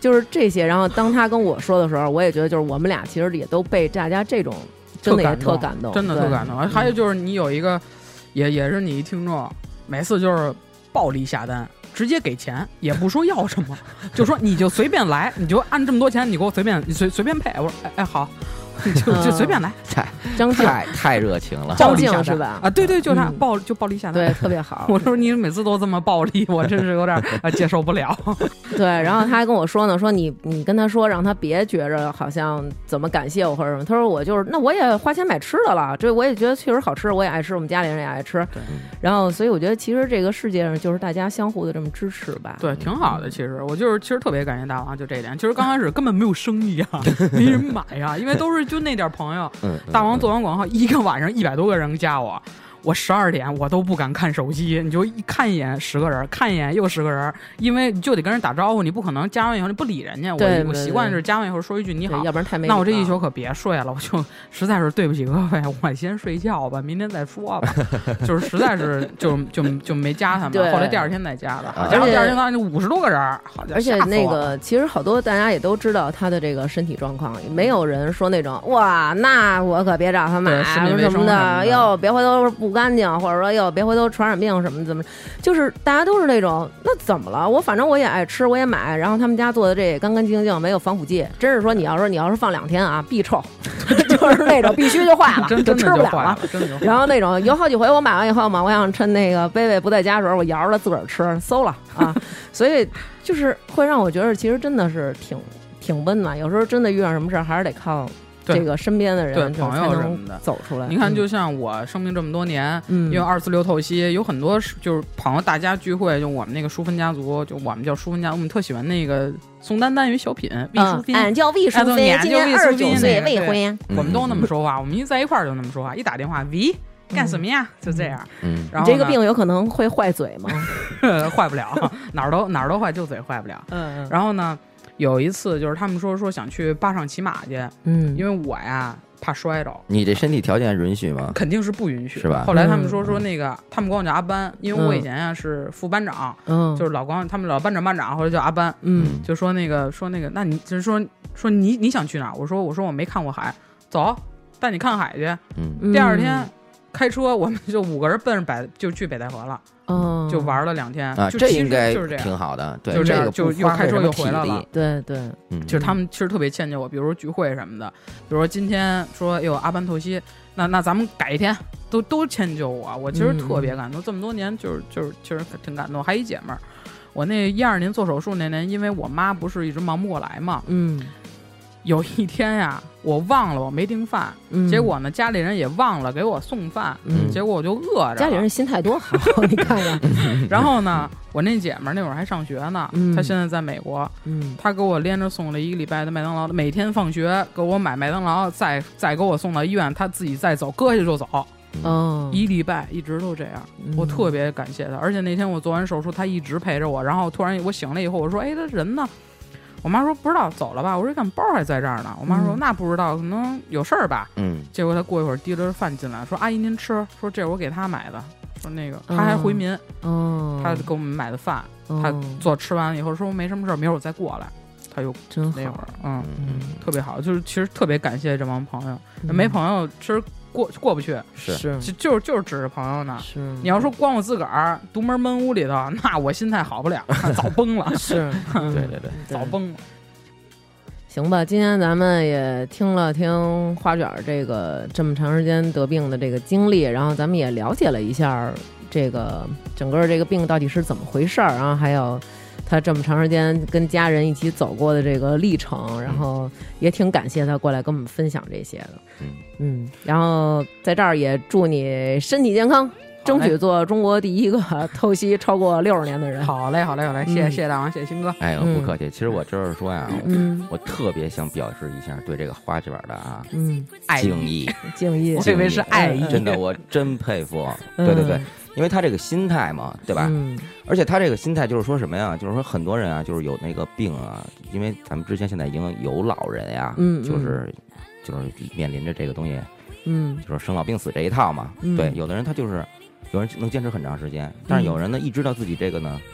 就是这些。然后当他跟我说的时候，我也觉得就是我们俩其实也都被大家这种真的也特感动， 真的特感动。还有就是你有一个，也也是你一听众，每次就是暴力下单。直接给钱，也不说要什么，就说你就随便来，你就按这么多钱，你给我随便，你随随便配。我说，哎哎好，就就随便来。 太张静太太热情了， 张静是吧？ 啊，对对，就他暴就暴力下单， 对，特别好。 我说你每次都这么暴力，我真是有点啊接受不了。 对，然后他还跟我说呢，说你你跟他说，让他别觉着好像怎么感谢我或者什么。他说我就是那我也花钱买吃的了，这我也觉得确实好吃，我也爱吃，我们家里人也爱吃。然后所以我觉得其实这个世界上就是大家相互的这么支持吧。 对，挺好的。其实我就是其实特别感谢大王，就这一点。其实刚开始根本没有生意啊，没人买呀、啊，因为都是就那点朋友。 嗯， 大王做完广告，一个晚上一百多个人加我。我十二点我都不敢看手机，你就一看一眼十个人，看一眼又十个人，因为你就得跟人打招呼，你不可能加完以后你不理人家。 对我我习惯是加完以后说一句你好， 要不然太没。 那我这一宿可别睡了，我就实在是对不起各位，我先睡觉吧，明天再说吧。就是实在是就就就没加他们，后来第二天再加的，然后第二天他就五十多个人，好而且那个其实好多大家也都知道他的这个身体状况，没有人说那种哇，那我可别找他买什么什么的，哟别回头不干净，或者说。哟，别回头传染病什么怎么，就是大家都是那种，那怎么了？我反正我也爱吃，我也买，然后他们家做的这也干干净净，没有防腐剂。真是说你要说你要是放两天啊，必臭，就是那种必须就坏了， 真就吃不了了。然后那种有好几回我买完以后嘛，我想趁那个贝贝不在家的时候，我摇着自个儿吃，馊了啊。所以就是会让我觉得，其实真的是挺挺温暖。有时候真的遇上什么事儿，还是得靠。这个身边的人对朋友什么的走出来， 你看，就像我生命这么多年，嗯，因为二四六透析有很多就是朋友大家聚会，就我们那个淑芬家族，就我们叫淑芬家，我们特喜欢那个宋丹丹与小品魏淑芬， 俺叫魏淑芬，今年二十九岁，未婚， 我们都那么说话，我们一在一块儿就那么说话，一打电话喂。干什么呀？就这样。 嗯， 然后你这个病有可能会坏嘴吗？ 坏不了，哪儿都哪儿都坏，就嘴坏不了。 嗯， 然后呢？有一次就是他们说说想去坝上骑马去， 嗯， 因为我呀怕摔着。 你这身体条件允许吗？ 肯定是不允许， 是吧？ 后来他们说说那个，嗯、他们管我叫阿班，因为我以前呀是副班长， 嗯， 就是老管他们老班长班长，或者叫阿班， 嗯， 就说那个说那个，那你就是说说你你想去哪儿？我说我说我没看过海，走，带你看海去。 嗯， 第二天。开车我们就五个人奔着北就去北戴河了， 哦， 就玩了两天啊， 就这应该就是这样， 挺好的，对， 就这样， 这就又开车又回来了， 对对， 嗯， 就是他们其实特别歉疚我，比如说聚会什么的，比如说今天说有阿班透析，那那咱们改一天，都都歉疚我，我其实特别感动，嗯、这么多年就是就是其实挺感动。还一姐们儿，我那一二年做手术那年，因为我妈不是一直忙不过来嘛， 嗯。 有一天呀，我忘了我没订饭， 嗯、 结果呢，家里人也忘了给我送饭， 嗯、 结果我就饿着。 家里人心态多好，你看看。 然后呢，我那姐们儿那会儿还上学呢， 嗯、 她现在在美国， 嗯， 她给我连着送了一个礼拜的麦当劳，每天放学给我买麦当劳，再再给我送到医院，她自己再走，搁下就走。 哦， 一礼拜一直都这样， 嗯、 我特别感谢她。而且那天我做完手术，她一直陪着我。然后突然我醒了以后，我说：“哎，他人呢？”我妈说不知道走了吧，我说看包还在这儿呢。我妈说、嗯、那不知道，可能有事儿吧。 嗯， 结果她过一会儿提着饭进来，说阿姨您吃，说这是我给她买的，说那个她还回民， 哦， 她给我们买的饭， 哦、 她做吃完以后说没什么事儿，明儿我再过来。她又真好那会儿，嗯嗯， 特别好，就是其实特别感谢这帮朋友，嗯、没朋友其实过过不去， 是是就就是就是指着朋友呢。 是你要说光我自个儿独门闷屋里头，那我心态好不了，早崩了。 是， 对对对， 早崩了。 行吧，今天咱们也听了听花卷这个这么长时间得病的这个经历，然后咱们也了解了一下这个整个这个病到底是怎么回事儿，然后还有他这么长时间跟家人一起走过的这个历程，然后也挺感谢他过来跟我们分享这些的。 嗯嗯，然后在这儿也祝你身体健康。争取做中国第一个透析超过六十年的人。 好嘞，好嘞，好嘞，谢谢、嗯、谢谢大王，谢谢鑫哥。 哎呦，不客气。嗯、其实我就是说呀， 嗯， 我特别想表示一下对这个花卷的啊， 嗯， 敬意， 敬意， 我以为是爱意， 真的，我真佩服。嗯、对对对，因为他这个心态嘛，对吧？ 嗯， 而且他这个心态就是说什么呀？就是说很多人啊，就是有那个病啊，因为咱们之前现在已经有老人呀， 嗯， 就是就是面临着这个东西， 嗯， 就是生老病死这一套嘛。 嗯、 对，有的人他就是。有人能坚持很长时间，但是有人呢，一知道自己这个呢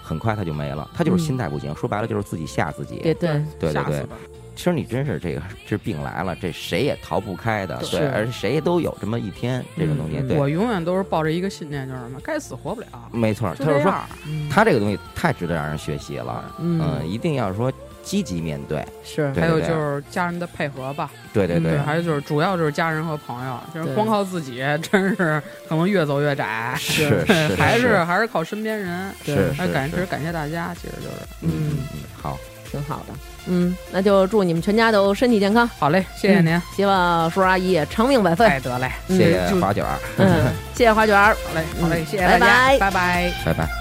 很快他就没了。他就是心态不行，说白了就是自己吓自己。 对对对对对。其实你真是这个这病来了，这谁也逃不开的，对，而且谁都有这么一天这种东西。对， 我永远都是抱着一个信念，就是什么，该死活不了。 没错，他是说，他这个东西太值得让人学习了。嗯，一定要说积极面对。 是， 还有就是家人的配合吧。 对对对， 还有就是主要就是家人和朋友，就是光靠自己真是可能越走越窄。 是， 还是还是靠身边人。 是， 是感谢感谢大家，其实就是， 嗯嗯，好， 挺好的。嗯，那就祝你们全家都身体健康。 好嘞，谢谢您。嗯、 希望叔叔阿姨也长命百岁。 哎，得嘞， 谢谢花卷。 嗯，谢谢花卷。 好嘞，好嘞，谢谢大家， 拜拜拜， 拜拜。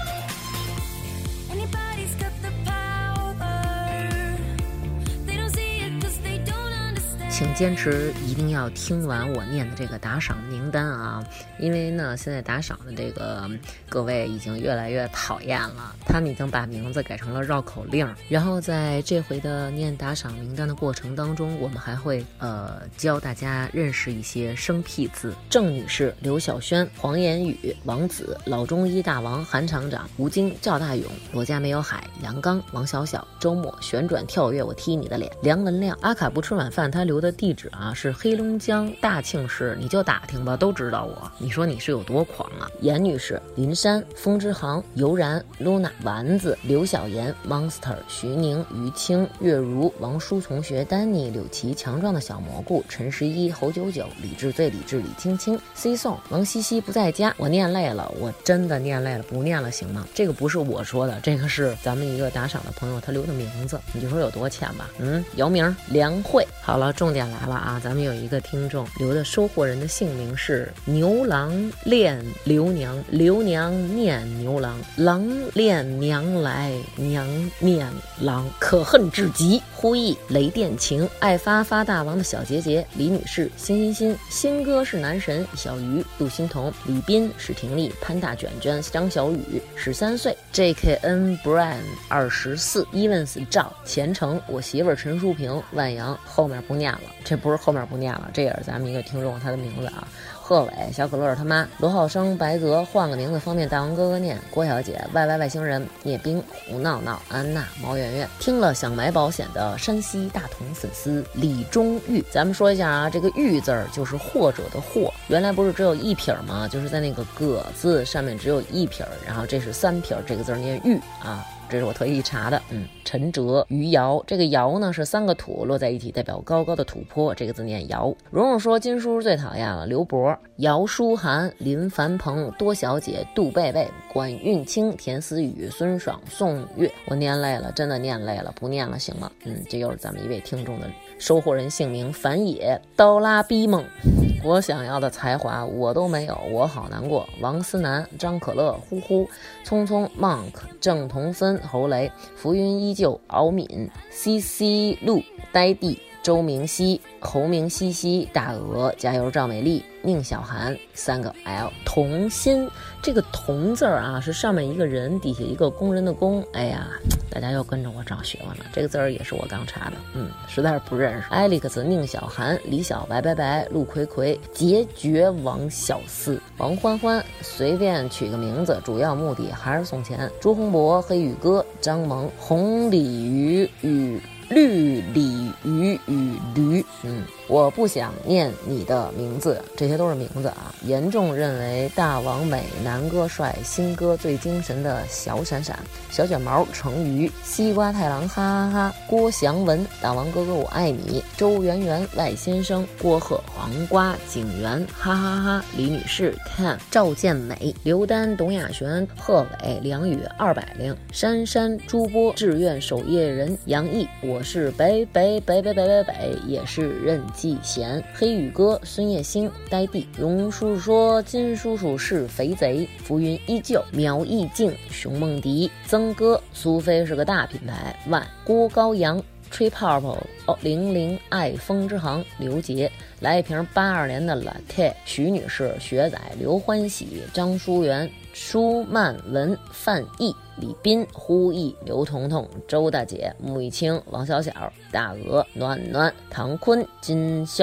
请坚持一定要听完我念的这个打赏名单啊，因为呢现在打赏的这个各位已经越来越讨厌了，他们已经把名字改成了绕口令。然后在这回的念打赏名单的过程当中，我们还会呃教大家认识一些生僻字。郑女士、刘小轩、黄言宇、王子、老中医大王、韩厂长、吴京、赵大勇、罗家没有海、杨刚、王小小、周末旋转跳跃我踢你的脸、梁文亮。阿卡不吃晚饭他留的地址啊是黑龙江大庆市，你就打听吧，都知道我。你说你是有多狂啊？严女士、林山、风之航、游然、Luna、丸子、刘小妍、Monster、徐宁、于清、月如、王叔同学、丹尼、柳琪、强壮的小蘑菇、陈十一、侯九九、理智最理智李青青、C 宋、王西西不在家。我念累了，我真的念累了，不念了行吗？这个不是我说的，这个是咱们一个打赏的朋友他留的名字，你就说有多欠吧。嗯，姚明、梁慧。好了，重点来了啊！咱们有一个听众留的收货人的姓名是牛郎恋刘娘，刘娘念牛郎，郎恋娘来，娘念郎，可恨至极。呼忆雷电情，爱发发大王的小杰杰，李女士，欣欣欣，新哥是男神，小鱼，陆欣彤，李斌，史婷丽，潘大卷卷，张小雨，十三岁 ，J K N Brian 二十四 ，Evans 赵，前程，我媳妇儿陈淑萍，万阳，后面不念了，这不是后面不念了，这也是咱们一个听众他的名字啊。贺伟、小可乐他妈、罗浩生、白泽，换个名字方便大王哥哥念。郭小姐、Y Y 外星人、聂冰、胡闹闹、安娜、毛圆圆。听了想买保险的山西大同粉丝李忠玉，咱们说一下啊，这个玉字儿就是或者的或，原来不是只有一撇吗？就是在那个葛字上面只有一撇，然后这是三撇，这个字念玉啊。这是我特意查的。嗯，陈哲、余姚，这个姚呢是三个土落在一起，代表高高的土坡，这个字念姚。蓉蓉说金叔最讨厌了，刘博、姚书涵、林凡鹏、多小姐、杜贝贝、管运清、田思雨、孙爽、宋月。我念累了，真的念累了，不念了行吗？嗯，这又是咱们一位听众的收货人姓名樊野、刀拉逼梦。我想要的才华我都没有，我好难过。王思南、张可乐、呼呼、匆匆、Monk、郑同芬、侯雷、浮云依旧、敖敏、C C 路、呆地、周明熙、侯明西西、大鹅、加油赵美丽、宁小涵，三个 L。童心，这个童字啊是上面一个人，底下一个工人的工。哎呀，大家又跟着我找学问了，这个字儿也是我刚查的，嗯，实在是不认识。Alex、宁小涵、李小白白白、陆葵葵、结绝王小四、王欢欢，随便取个名字，主要目的还是送钱。朱洪博、黑羽哥、张萌、红鲤鱼与绿鲤鱼与驴。嗯，我不想念你的名字，这些都是名字啊。严重认为大王美，男哥帅，新哥最精神的小闪闪、小卷毛、成鱼、西瓜太郎，哈哈哈！郭祥文，大王哥哥我爱你。周圆圆、外先生、郭鹤、黄瓜、景元，哈哈哈！李女士，看赵健美、刘丹、董雅璇、贺伟、梁宇、二百零、珊珊、朱波、志愿守夜人杨毅，我是北北北北北北北，也是任季贤、黑羽哥、孙叶星、呆地、荣叔叔说金叔叔是肥贼、浮云依旧、苗艺静、熊梦迪、曾哥、苏菲是个大品牌、万郭高阳、吹泡泡、哦，零零爱风之行、刘杰，来一瓶八二年的 latte。徐女士、学仔、刘欢喜、张淑媛、舒曼文、范毅、李斌、呼毅、刘彤彤、周大姐、穆玉清、王小小、大鹅、暖暖、唐坤、金潇、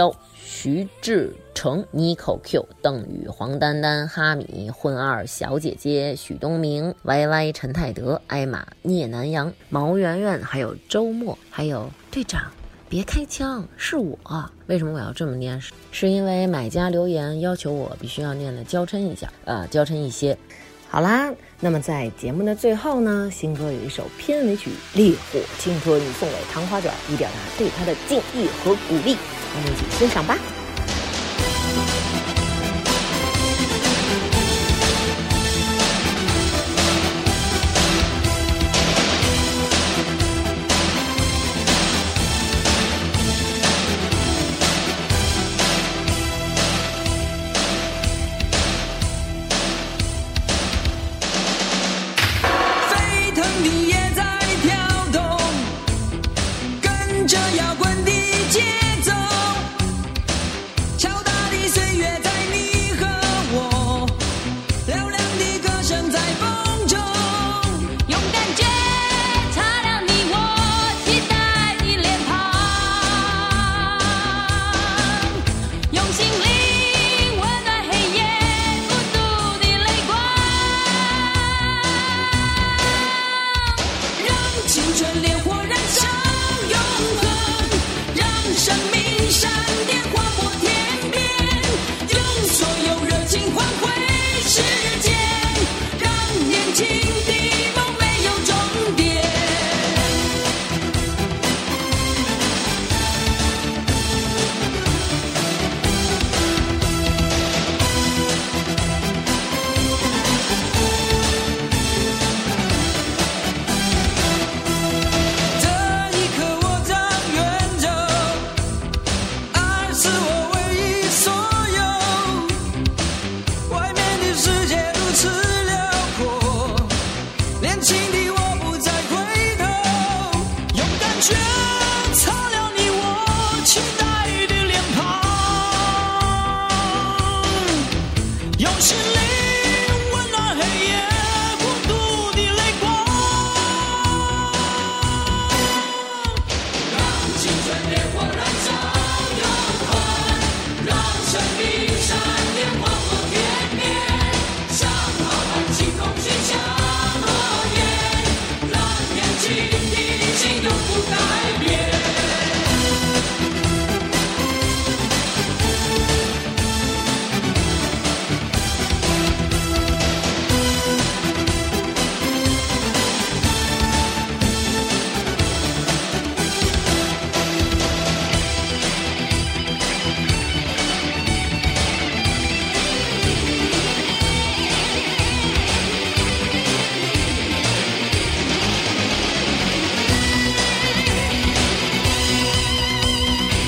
徐志成、Nico Q、邓宇、黄丹丹、哈米、混二、小姐姐、许东明、Y Y、陈泰德、艾玛、聂南阳、毛圆圆，还有周末，还有队长。别开枪，是我。为什么我要这么念？是因为买家留言要求我必须要念的娇嗔一下，呃，娇嗔一些。好啦，那么在节目的最后呢，新哥有一首片尾曲《烈火青春》送给糖花卷，以表达对他的敬意和鼓励。我们一起欣赏吧。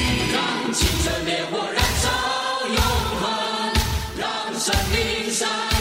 生命闪